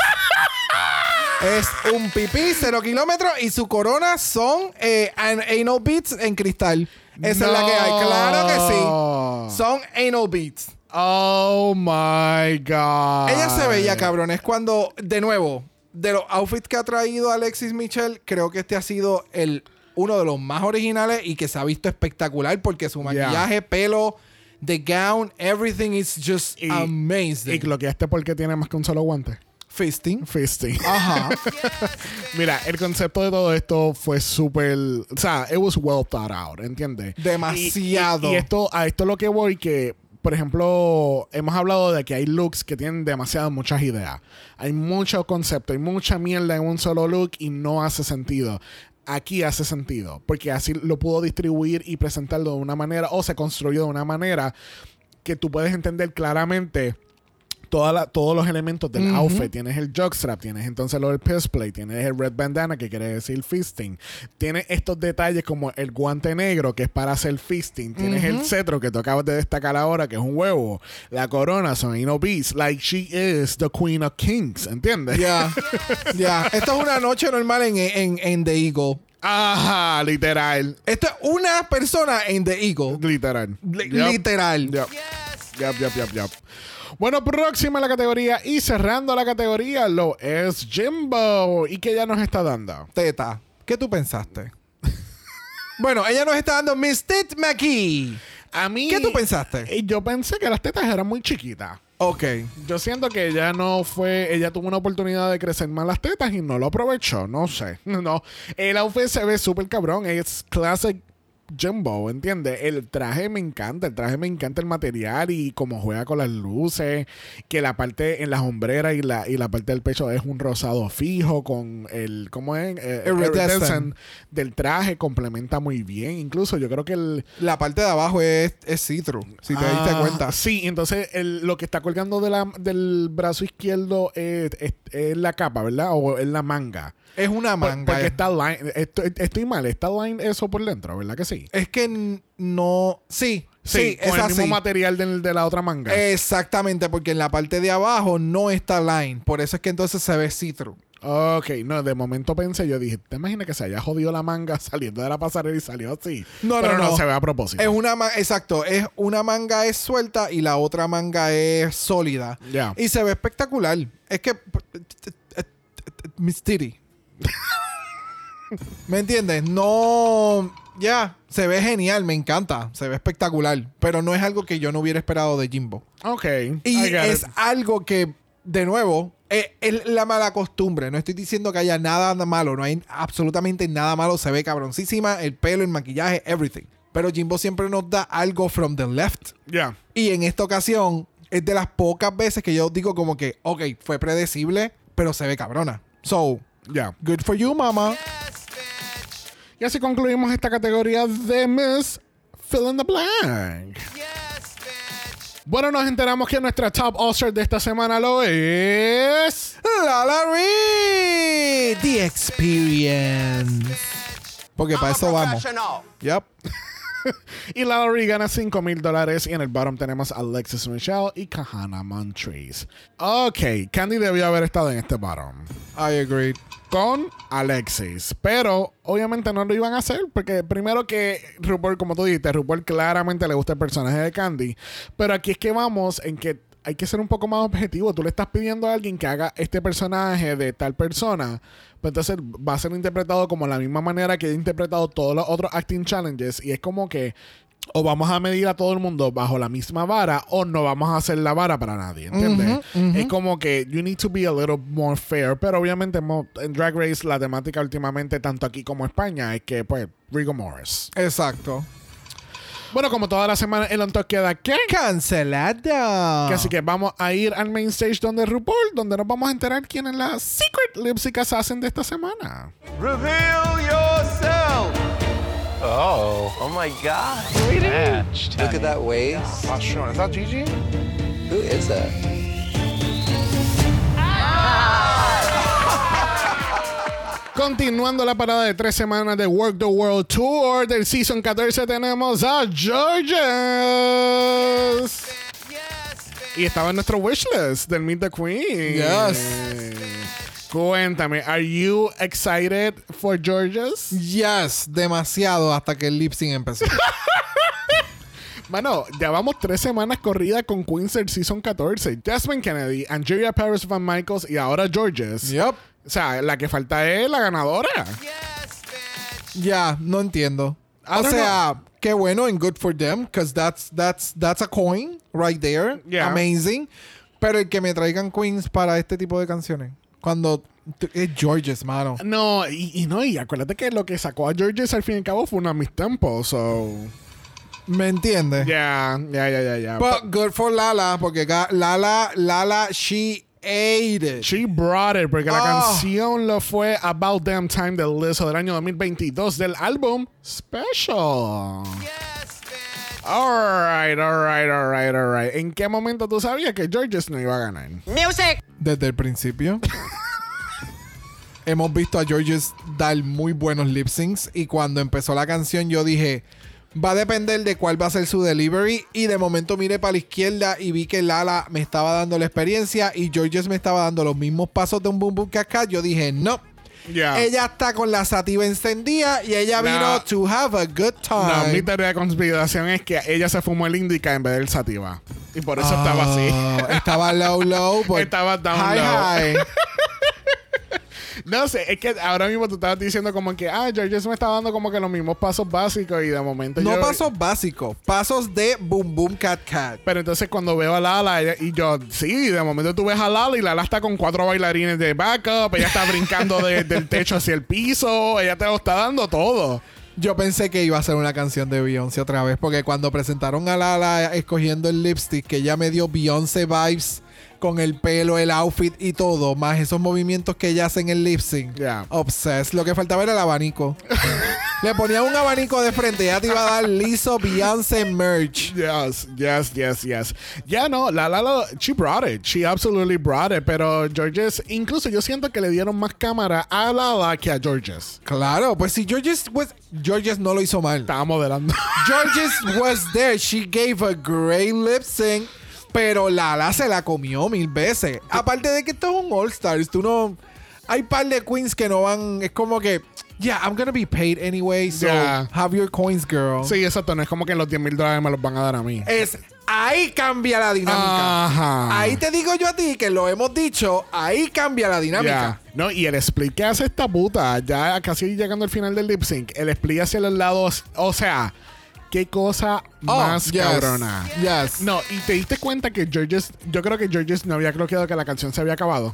Es un pipí, 0 kilómetros y su corona son anal beads en cristal. Esa es la que hay. Claro que sí. Son anal beads. Oh my God. Ella se veía cabrón. Es cuando, de nuevo, de los outfits que ha traído Alexis Michelle, creo que este ha sido uno de los más originales y que se ha visto espectacular porque su maquillaje, pelo, the gown, everything is just amazing. ¿Y lo que porque tiene más que un solo guante? Fisting. Ajá. Mira, el concepto de todo esto fue súper... O sea, it was well thought out, ¿entiendes? Demasiado. Y a esto lo que voy, que, por ejemplo, hemos hablado de que hay looks que tienen muchas ideas. Hay mucho concepto, hay mucha mierda en un solo look y no hace sentido. Aquí hace sentido, porque así lo pudo distribuir y presentarlo de una manera, o se construyó de una manera que tú puedes entender claramente todos los elementos del outfit. Tienes el jockstrap, tienes entonces lo del piss play, tienes el red bandana que quiere decir fisting, tienes estos detalles como el guante negro que es para hacer fisting, tienes el cetro que tú acabas de destacar ahora que es un huevo, la corona son anal beads, like she is the queen of kings, ¿entiendes? Ya. Esto es una noche normal en The Eagle. Ajá, literal. Esto es una persona en The Eagle. Literal. Literal. Yep. Bueno, próxima a la categoría y cerrando la categoría lo es Jimbo. ¿Y qué ella nos está dando? Teta, ¿qué tú pensaste? Bueno, ella nos está dando Miss Tit McKee. A mí... ¿Qué tú pensaste? Yo pensé que las tetas eran muy chiquitas. Ok. Yo siento que ella ella tuvo una oportunidad de crecer más las tetas y no lo aprovechó. No sé. No. El outfit se ve súper cabrón. Es classic Jimbo, ¿entiendes? El traje me encanta el material y cómo juega con las luces, que la parte en las hombreras y la parte del pecho es un rosado fijo con el, ¿cómo es? El iridescent del traje complementa muy bien. Incluso yo creo que la parte de abajo es see-through, si te diste cuenta. Sí, entonces lo que está colgando del brazo izquierdo es la capa, ¿verdad? O es la manga. Es una manga. Porque está line. Estoy mal. Está line eso por dentro, ¿verdad que sí? Es que no... Sí, con el mismo material de la otra manga. Exactamente, porque en la parte de abajo no está line. Por eso es que entonces se ve see-through. Ok, no, de momento pensé, yo dije, ¿te imaginas que se haya jodido la manga saliendo de la pasarela y salió así? Pero no se ve a propósito. Es exacto, es una manga es suelta y la otra manga es sólida. Ya. Y se ve espectacular. Es que Miss Titty. ¿Me entiendes? No, ya, se ve genial, me encanta, se ve espectacular, pero no es algo que yo no hubiera esperado de Jimbo. Ok. Y es algo que, de nuevo, es la mala costumbre. No estoy diciendo que haya nada malo, no hay absolutamente nada malo, se ve cabroncísima, el pelo, el maquillaje, everything. Pero Jimbo siempre nos da algo from the left. Ya. Y en esta ocasión es de las pocas veces que yo digo como que, ok, fue predecible, pero se ve cabrona. So, Ya. good for you, mama. Y así concluimos esta categoría de Miss Fill in the Blank. Bueno, nos enteramos que nuestra Top All-Star de esta semana lo es... Lala Reed, The Experience. Porque para eso vamos. Yep. Y Lala Reed gana $5,000. Y en el bottom tenemos a Alexis Michelle y Kahana Montrese. Ok, Candy debió haber estado en este bottom I agree. con Alexis, pero obviamente no lo iban a hacer porque primero que RuPaul, como tú dijiste, RuPaul claramente le gusta el personaje de Candy, pero aquí es que vamos en que hay que ser un poco más objetivo. Tú le estás pidiendo a alguien que haga este personaje de tal persona, pues entonces va a ser interpretado como la misma manera que he interpretado todos los otros acting challenges, y es como que o vamos a medir a todo el mundo bajo la misma vara o no vamos a hacer la vara para nadie, ¿entiendes? Es como que you need to be a little more fair, pero obviamente en Drag Race la temática últimamente, tanto aquí como España, es que pues rigor mortis. Exacto. Bueno, como toda la semana el on top queda ¿qué? Cancelado. Así que vamos a ir al main stage donde RuPaul, donde nos vamos a enterar quiénes las Secret Lip Sync Assassin de esta semana. Reveal yourself. Oh my God. Look at that waist. Not sure. Is that Gigi? Who is that? Continuando la parada de 3 semanas de Work the World Tour del Season 14, tenemos a Georges. Y estaba en nuestro wishlist del Meet the Queen. Yes. Cuéntame, are you excited for Georges? Yes, demasiado hasta que el lip sync empezó. Bueno, ya vamos 3 semanas corridas con Queens del Season 14. Jasmine Kennedy, Angeria Paris Van Michaels y ahora Georges. Yep. O sea, la que falta es la ganadora. Ya, no entiendo. I O don't sea, qué bueno and good for them, because that's a coin right there. Yeah. Amazing. Pero el que me traigan queens para este tipo de canciones. Cuando es Georges, mano. No, y acuérdate que lo que sacó a Georges al fin y al cabo fue una Miss Tempo, so... ¿Me entiendes? Ya. But good for Lala, porque Lala, she ate it. She brought it, porque la canción lo fue About Damn Time del Lizzo del año 2022 del álbum Special. Alright. ¿En qué momento tú sabías que Georges no iba a ganar? Music. Desde el principio. Hemos visto a Georges dar muy buenos lip syncs, y cuando empezó la canción yo dije, va a depender de cuál va a ser su delivery, y de momento miré para la izquierda y vi que Lala me estaba dando la experiencia y Georges me estaba dando los mismos pasos de un Boom Boom Cascade. Yo dije, no. Yeah. Ella está con la sativa encendida y ella vino to have a good time. No, mi teoría de conspiración es que ella se fumó el indica en vez del sativa. Y por eso estaba así. Estaba low, but Estaba down high, low. high. No sé, es que ahora mismo tú estabas diciendo como que, Georges me está dando como que los mismos pasos básicos y de momento No yo... pasos básicos, pasos de Boom Boom Cat Cat. Pero entonces cuando veo a Lala y yo, sí, de momento tú ves a Lala y Lala está con 4 bailarines de backup, ella está brincando del techo hacia el piso, ella te lo está dando todo. Yo pensé que iba a ser una canción de Beyoncé otra vez, porque cuando presentaron a Lala escogiendo el lipstick, que ella me dio Beyoncé vibes con el pelo, el outfit y todo, más esos movimientos que ella hace en el lip sync. Yeah. Obsessed. Lo que faltaba era el abanico. Le ponía un abanico de frente y ya te iba a dar liso Beyoncé merch. Yes. Ya no, Lala, she brought it. She absolutely brought it. Pero Georges, incluso yo siento que le dieron más cámara a Lala que a Georges. Claro, pues si Georges no lo hizo mal. Estaba modelando. Georges was there. She gave a great lip sync. Pero Lala se la comió 1000 veces. Aparte de que esto es un All Stars, tú no... hay par de queens que no van. Es como que, yeah, I'm gonna be paid anyway, so Yeah. have your coins, girl. Sí, exacto. No es como que los $10,000 me los van a dar a mí. Ahí cambia la dinámica. Ajá. Ahí te digo yo a ti que lo hemos dicho. Ahí cambia la dinámica. Ya. No, y el split que hace esta puta, ya casi llegando al final del lip sync, el split hacia los lados, o sea, qué cosa más yes. cabrona. Yes. No, y te diste cuenta que Georges, yo creo que Georges no había cloqueado que la canción se había acabado.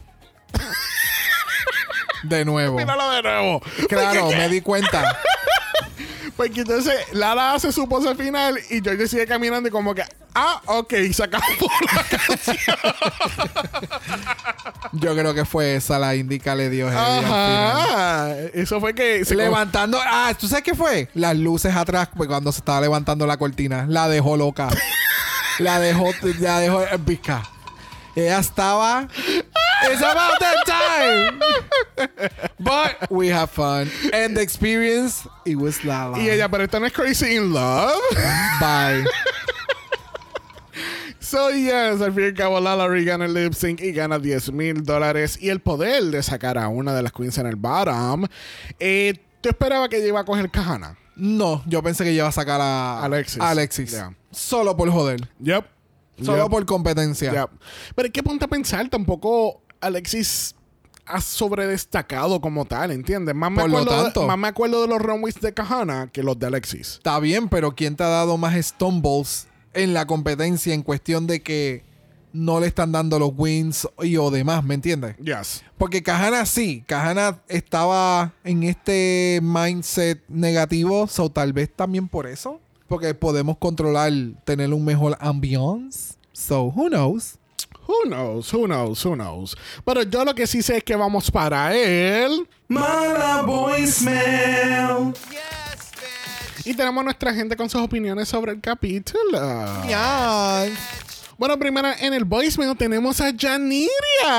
De nuevo. Míralo de nuevo. Claro, Porque, me di cuenta. porque entonces Lala hace su pose final y Georges sigue caminando y como que, ok, se acabó la canción. Yo creo que fue esa la indica le dio heavy al final. Ajá. Eso fue que se Levantando. ¿Tú sabes qué fue? Las luces atrás, pues, cuando se estaba levantando la cortina. La dejó loca. la dejó en pizca. Ella estaba. It's about that time. But we have fun. And the experience, it was Lala. Y ella, pero esto no es Crazy in Love. Bye. So yes, al fin y al cabo Lala gana el lip sync y gana $10,000 y el poder de sacar a una de las queens en el bottom. ¿Tú esperabas que ella iba a coger Kahana? No, yo pensé que iba a sacar a Alexis. Yeah. Solo por joder. Yep. Solo por competencia. Yep. Pero es que ponte a pensar, tampoco Alexis ha sobredestacado como tal, ¿entiendes? Más me acuerdo de los runways de Kahana que los de Alexis. Está bien, pero ¿quién te ha dado más stumbles en la competencia en cuestión de que no le están dando los wins y o demás, ¿me entiendes? Yes. Porque Kahana estaba en este mindset negativo, so tal vez también por eso, porque podemos controlar, tener un mejor ambiance, so who knows. Who knows. Pero yo lo que sí sé es que vamos para el Mala Voicemail. y tenemos a nuestra gente con sus opiniones sobre el capítulo. Yes. Bueno, primero en el voicemail tenemos a Janiria.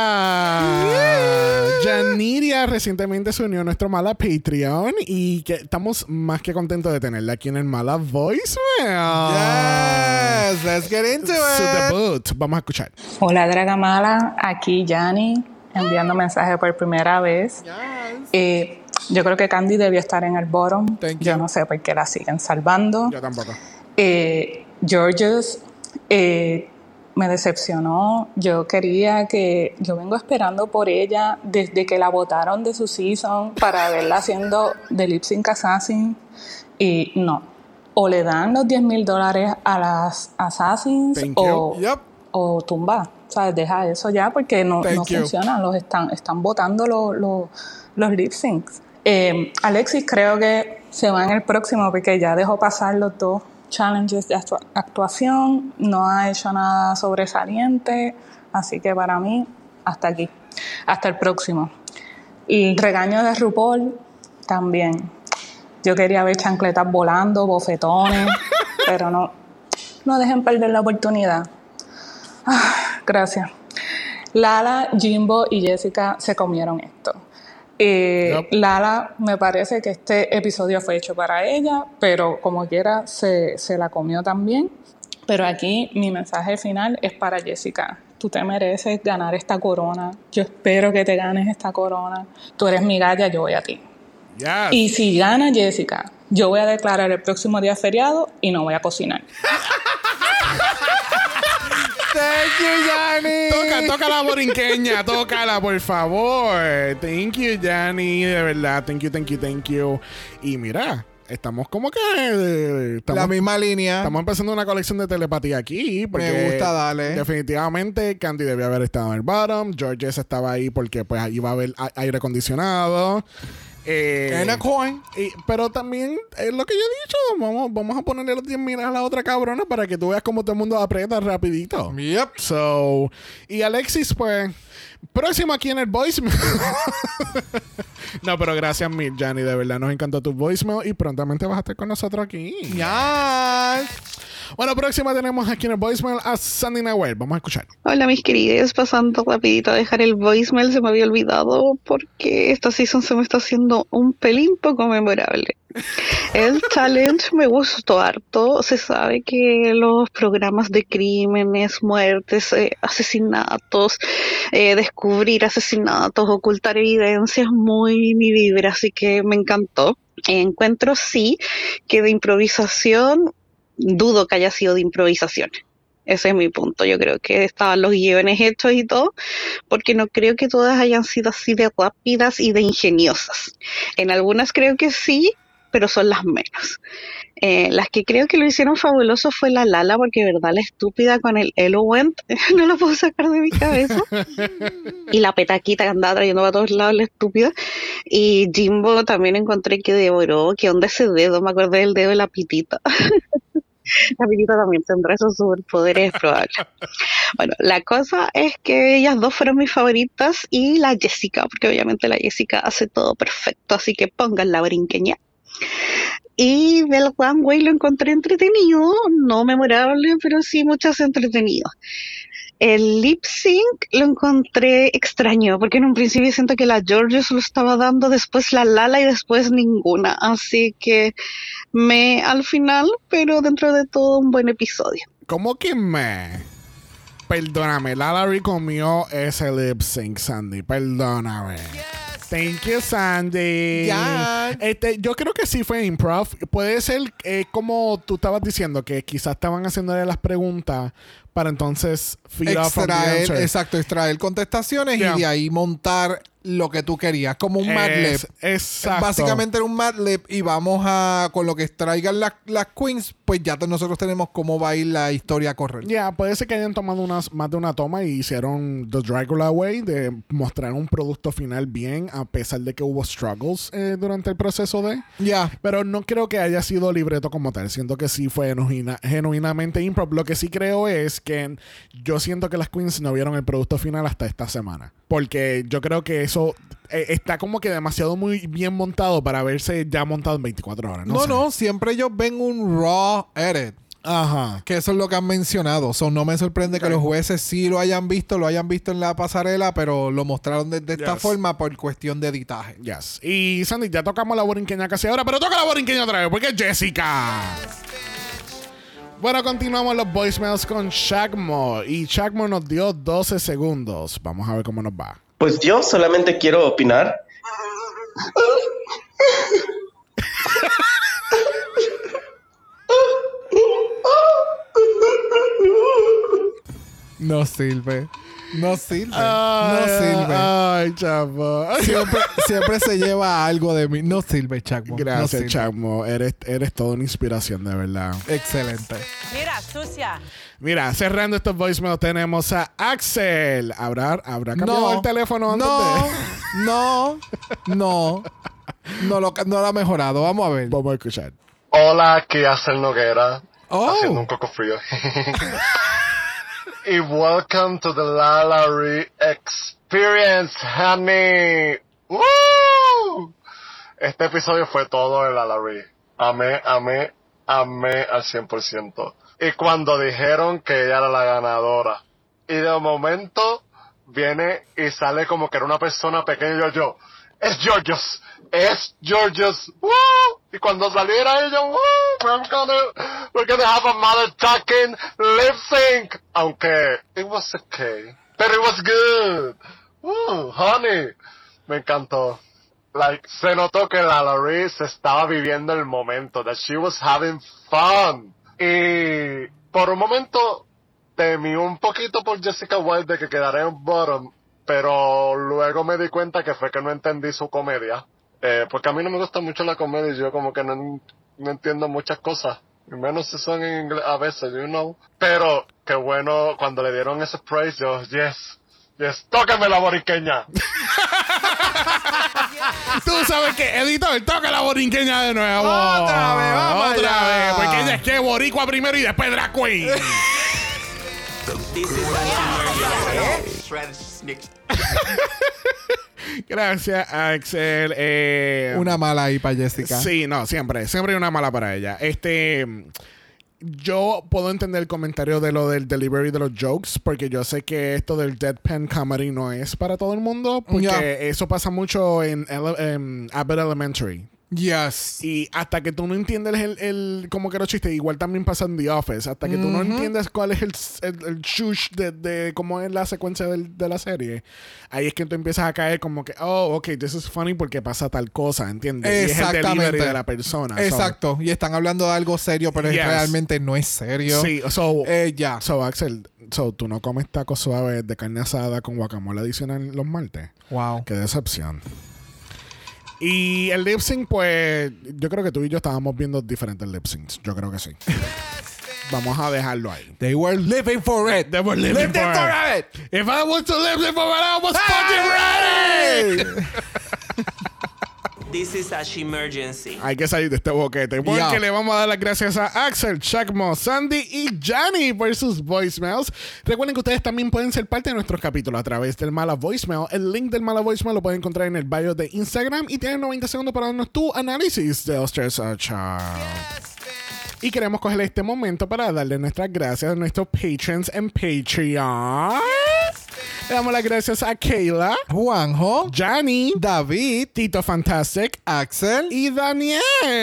Janiria recientemente se unió a nuestro Mala Patreon y que estamos más que contentos de tenerla aquí en el Mala Voicemail. Yes, let's get into Su it. debut. Vamos a escuchar. Hola Dragamala, aquí Yani, enviando mensaje por primera vez. Yo creo que Candy debió estar en el bottom. Thank Yo you. no sé por qué la siguen salvando. Yo tampoco. Georges me decepcionó. Yo vengo esperando por ella desde que la votaron de su season para verla haciendo The Lip Sync Assassin y no. O le dan los $10,000 a las Assassins Thank you. Yep. o tumba. O sea, deja eso ya porque no Thank you. funciona. Están votando los lip syncs. Alexis creo que se va en el próximo porque ya dejó pasar los dos challenges de actuación, no ha hecho nada sobresaliente, así que para mí hasta aquí, hasta el próximo. Y el regaño de RuPaul también. Yo quería ver chancletas volando, bofetones, pero no dejen perder la oportunidad. Gracias. Lala, Jimbo y Jessica se comieron esto. Lala, me parece que este episodio fue hecho para ella, pero como quiera se la comió también. Pero aquí mi mensaje final es para Jessica. Tú te mereces ganar esta corona. Yo espero que te ganes esta corona. Tú eres mi galla, yo voy a ti. Yes. Y si gana Jessica, yo voy a declarar el próximo día feriado y no voy a cocinar. Thank you, Yanni. Toca la borinqueña, tócala, por favor. Thank you, Yanni, de verdad. Thank you. Y mira, estamos como que... La misma línea. Estamos empezando una colección de telepatía aquí. Porque Me gusta, dale. Definitivamente, Candy debía haber estado en el bottom. Georges estaba ahí porque pues iba a haber aire acondicionado. And a coin. Pero también es lo que yo he dicho. Vamos a ponerle los 10,000 a la otra cabrona para que tú veas cómo todo el mundo aprieta rapidito. Yep. So, y Alexis, pues, próximo aquí en el voicemail. No, pero gracias mil, Yanni. De verdad nos encantó tu voicemail y prontamente vas a estar con nosotros aquí. Yes. Bueno, próxima tenemos aquí en el voicemail a Sandy Nahuel. Vamos a escuchar. Hola mis queridos, pasando rapidito a dejar el voicemail, se me había olvidado porque esta season se me está haciendo un pelín poco memorable. El challenge me gustó harto, se sabe que los programas de crímenes, muertes, asesinatos, descubrir asesinatos, ocultar evidencia es muy mi vibra, así que me encantó. Encuentro sí que de improvisación, dudo que haya sido de improvisación. Ese es mi punto. Yo creo que estaban los guiones hechos y todo, porque no creo que todas hayan sido así de rápidas y de ingeniosas. En algunas creo que sí, pero son las menos. Las que creo que lo hicieron fabuloso fue la Lala, porque de verdad la estúpida con el Eloquent no lo puedo sacar de mi cabeza. Y la petaquita que andaba trayendo para todos lados, la estúpida. Y Jimbo también encontré que devoró, que onda ese dedo, me acordé del dedo de la pitita. La pitita también tendrá esos superpoderes, es probable. Bueno, la cosa es que ellas dos fueron mis favoritas y la Jessica, porque obviamente la Jessica hace todo perfecto, así que pongan la brinqueña. Y del Runway lo encontré entretenido, no memorable, pero sí muchas entretenido. El lip sync lo encontré extraño, porque en un principio siento que la Georgios lo estaba dando, después la Lala y después ninguna, así que al final, pero dentro de todo un buen episodio. ¿Cómo que Perdóname, Lala comió ese lip sync, Sandy, perdóname. Thank you, Sandy. Yeah. Yo creo que sí fue improv. Puede ser como tú estabas diciendo, que quizás estaban haciéndole las preguntas para entonces extraer contestaciones y de ahí montar lo que tú querías, como un Mad Lib. Exacto. Básicamente era un Mad Lib y vamos a, con lo que extraigan las queens, pues ya nosotros tenemos cómo va a ir la historia a correr. Ya, puede ser que hayan tomado más de una toma y hicieron The Dracula Way, de mostrar un producto final bien, a pesar de que hubo struggles durante el proceso de... Ya. Pero no creo que haya sido libreto como tal. Siento que sí fue genuinamente improv. Lo que sí creo es que yo siento que las queens no vieron el producto final hasta esta semana. Porque yo creo que eso está como que demasiado muy bien montado para verse ya montado en 24 horas. No, siempre ellos ven un raw edit. Ajá. Que eso es lo que han mencionado. No me sorprende que los jueces sí lo hayan visto en la pasarela, pero lo mostraron de esta forma por cuestión de editaje. Yes. Y Sandy, ya tocamos la borinqueña casi ahora, pero toca la borinqueña otra vez, porque es Jessica. Bueno, continuamos los voicemails con Shagmo. Y Shagmo nos dio 12 segundos. Vamos a ver cómo nos va. Pues yo solamente quiero opinar. No sirve. Ay, chamo. Siempre se lleva algo de mí. No sirve, Chagmo. Gracias, Chagmo. Eres toda una inspiración, de verdad. Excelente. Mira, sucia. Mira, cerrando estos voicemails tenemos a Axel. ¿Habrá cambiado el teléfono antes de...? No lo ha mejorado. Vamos a ver. Vamos a escuchar. Hola, aquí Axel Noguera. Haciendo un coco frío. Y welcome to the Lalaurie Experience, honey. ¡Woo! Este episodio fue todo el Lalaurie. Amé al 100%. Y cuando dijeron que ella era la ganadora, y de momento viene y sale como que era una persona pequeña, yo, es Georgios, ¡woo! Y cuando saliera ella, ¡woo! We're gonna have a mother talking lip sync. Aunque it was okay, pero it was good. Honey, me encantó. Se notó que Lalaurie se estaba viviendo el momento, that she was having fun. Y por un momento temí un poquito por Jessica Wilde de que quedara en bottom, pero luego me di cuenta que fue que no entendí su comedia. Porque a mí no me gusta mucho la comedia y yo como que no entiendo muchas cosas. Y menos si son en inglés a veces, you know. Pero qué bueno cuando le dieron ese praise, yo, yes, tócame la borinqueña. Tú sabes que, editor, toca la borinqueña de nuevo. Otra vez, porque ella es que boricua primero y después drag queen. Gracias, Axel. Una mala ahí para Jessica. Sí, no, siempre hay una mala para ella. yo puedo entender el comentario de lo del delivery de los jokes, porque yo sé que esto del deadpan comedy no es para todo el mundo, porque eso pasa mucho en Abbott Elementary. Yes. Y hasta que tú no entiendes el como que los chistes, igual también pasa en The Office, hasta que tú no entiendes cuál es el shush de cómo es la secuencia de la serie, ahí es que tú empiezas a caer como que, oh, ok, this is funny porque pasa tal cosa, ¿entiendes? Y es el delivery de la persona. Exacto. Y están hablando de algo serio, pero realmente no es serio. Sí, So, Axel, tú no comes tacos suaves de carne asada con guacamole adicional los martes. Wow. Qué decepción. Y el lip sync, pues, yo creo que tú y yo estábamos viendo diferentes lip syncs. Yo creo que sí. Vamos a dejarlo ahí. They were living for it. They were living for it. If I was to live for it, I was fucking ready. This is a emergency. Hay que salir de este boquete porque le vamos a dar las gracias a Axel, Chacmo, Sandy y Johnny por sus voicemails. Recuerden que ustedes también pueden ser parte de nuestros capítulos a través del Mala Voicemail. El link del Mala Voicemail lo pueden encontrar en el bio de Instagram y tienen 90 segundos para darnos tu análisis de Ostras Child. Y queremos coger este momento para darle nuestras gracias a nuestros patrons en Patreon. Le damos las gracias a Kayla, Juanjo, Johnny, David, Tito Fantastic, Axel y Daniel.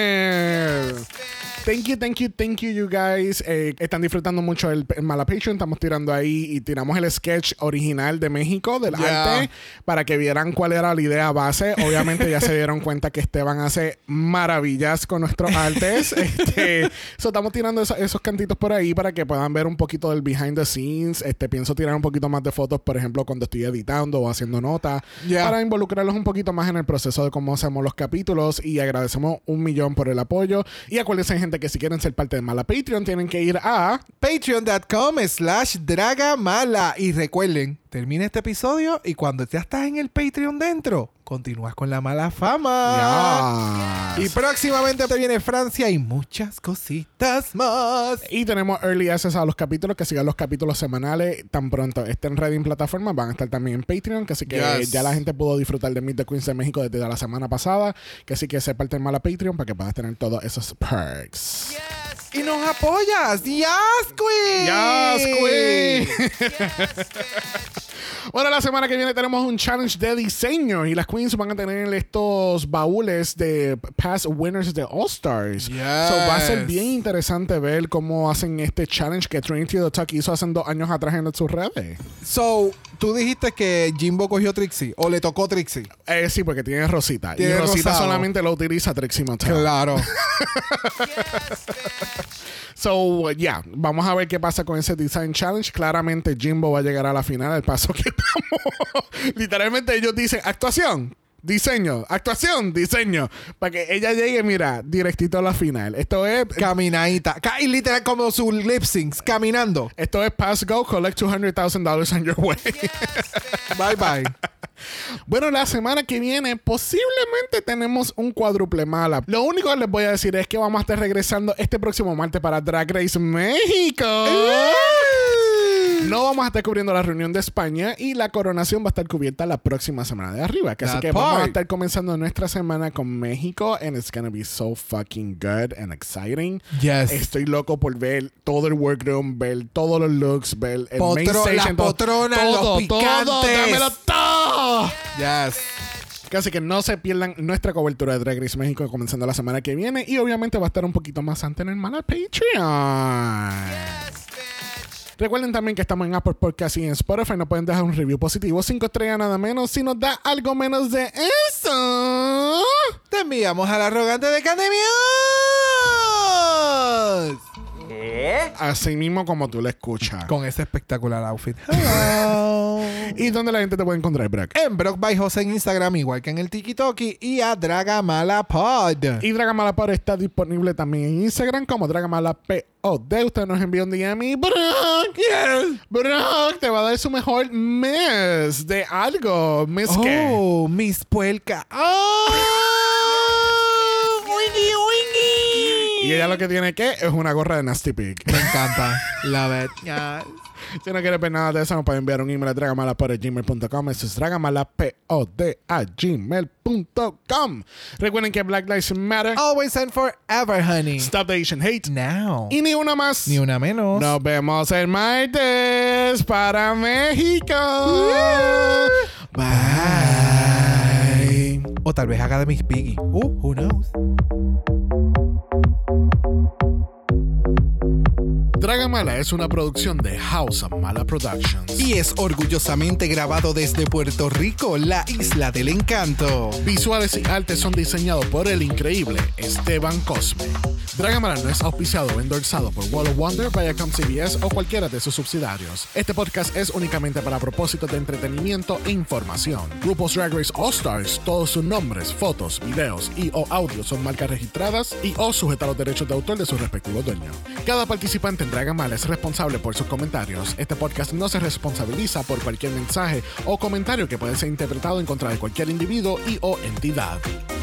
Thank you, you guys. Están disfrutando mucho el Mala Patreon. Estamos tirando ahí y tiramos el sketch original de México, del arte, para que vieran cuál era la idea base. Obviamente ya se dieron cuenta que Esteban hace maravillas con nuestros artes. Estamos tirando esos cantitos por ahí para que puedan ver un poquito del behind the scenes. Pienso tirar un poquito más de fotos, por ejemplo, cuando estoy editando o haciendo notas, para involucrarlos un poquito más en el proceso de cómo hacemos los capítulos. Y agradecemos 1,000,000 por el apoyo. Y acuérdense, gente, que si quieren ser parte de Mala Patreon, tienen que ir a patreon.com/dragamala. Y recuerden, termina este episodio y cuando ya estás en el Patreon dentro, continúas con la mala fama. Y próximamente te viene Francia y muchas cositas más. Y tenemos early access a los capítulos, que sigan los capítulos semanales. Tan pronto estén ready en plataformas, van a estar también en Patreon. Que así que ya la gente pudo disfrutar de Meet the Queens de México desde la semana pasada. Que así que sea parte de Mala Patreon para que puedas tener todos esos perks. Y nos apoyas. ¡Yes, Queen! Bueno, la semana que viene tenemos un challenge de diseño y las queens van a tener estos baúles de past winners de All Stars. So va a ser bien interesante ver cómo hacen este challenge que Trinity the Tuck hizo hace 2 años atrás en sus redes. So, tú dijiste que Jimbo cogió Trixie o le tocó Trixie. Sí, porque tiene Rosita. Tiene y Rosita rosado. solamente lo utiliza Trixie Mattel. Claro. So, vamos a ver qué pasa con ese Design Challenge. Claramente Jimbo va a llegar a la final al paso que estamos. Literalmente ellos dicen actuación, diseño, para que ella llegue, mira, directito a la final. Esto es caminadita, y literal como sus lip syncs, caminando. Esto es pass go, collect $200,000 on your way. Bye bye. Bueno, la semana que viene posiblemente tenemos un cuádruple mala. Lo único que les voy a decir es que vamos a estar regresando este próximo martes para Drag Race México. No vamos a estar cubriendo la reunión de España y la coronación va a estar cubierta la próxima semana de arriba. Así que vamos a estar comenzando nuestra semana con México and it's gonna be so fucking good and exciting. Yes. Estoy loco por ver todo el workroom, ver todos los looks, ver el main stage. Las potronas, los picantes. Todo, dámelo todo. Yes. Así que no se pierdan nuestra cobertura de Drag Race México comenzando la semana que viene y obviamente va a estar un poquito más antes en el Mala Patreon. Recuerden también que estamos en Apple Podcast y en Spotify. Nos pueden dejar un review positivo, 5 estrellas nada menos. Si nos da algo menos de eso, te enviamos al arrogante de Academios. Así mismo como tú lo escuchas. Con ese espectacular outfit. Hello. ¿Y dónde la gente te puede encontrar, Brock? En Brock by Jose en Instagram, igual que en el TikTok, y a Dragamalapod. Y Dragamalapod está disponible también en Instagram como Dragamalapod. Usted nos envió un DM y Brock te va a dar su mejor mes de algo. ¿Mes qué? Oh, Miss Puelca. Oh, wingy, wingy. Y ella lo que tiene que es una gorra de Nasty Pig. Me encanta. Love it. Yes. Si no quieres ver nada de eso, nos pueden enviar un email a dragamala@gmail.com. Eso es dragamala@gmail.com. Recuerden que Black Lives Matter. Always and forever, honey. Stop the Asian hate. Now. Y ni una más. Ni una menos. Nos vemos el martes para México. Bye. O tal vez haga de Miss Piggy. Who knows? Dragamala es una producción de House of Mala Productions. Y es orgullosamente grabado desde Puerto Rico, la isla del encanto. Visuales y artes son diseñados por el increíble Esteban Cosme. Dragamala no es auspiciado o endorsado por World of Wonder, Viacom CBS o cualquiera de sus subsidiarios. Este podcast es únicamente para propósitos de entretenimiento e información. RuPaul's Drag Race All Stars, todos sus nombres, fotos, videos y o audios son marcas registradas y o sujetas a los derechos de autor de sus respectivos dueños. Cada participante en Dragamala es responsable por sus comentarios. Este podcast no se responsabiliza por cualquier mensaje o comentario que puede ser interpretado en contra de cualquier individuo y o entidad.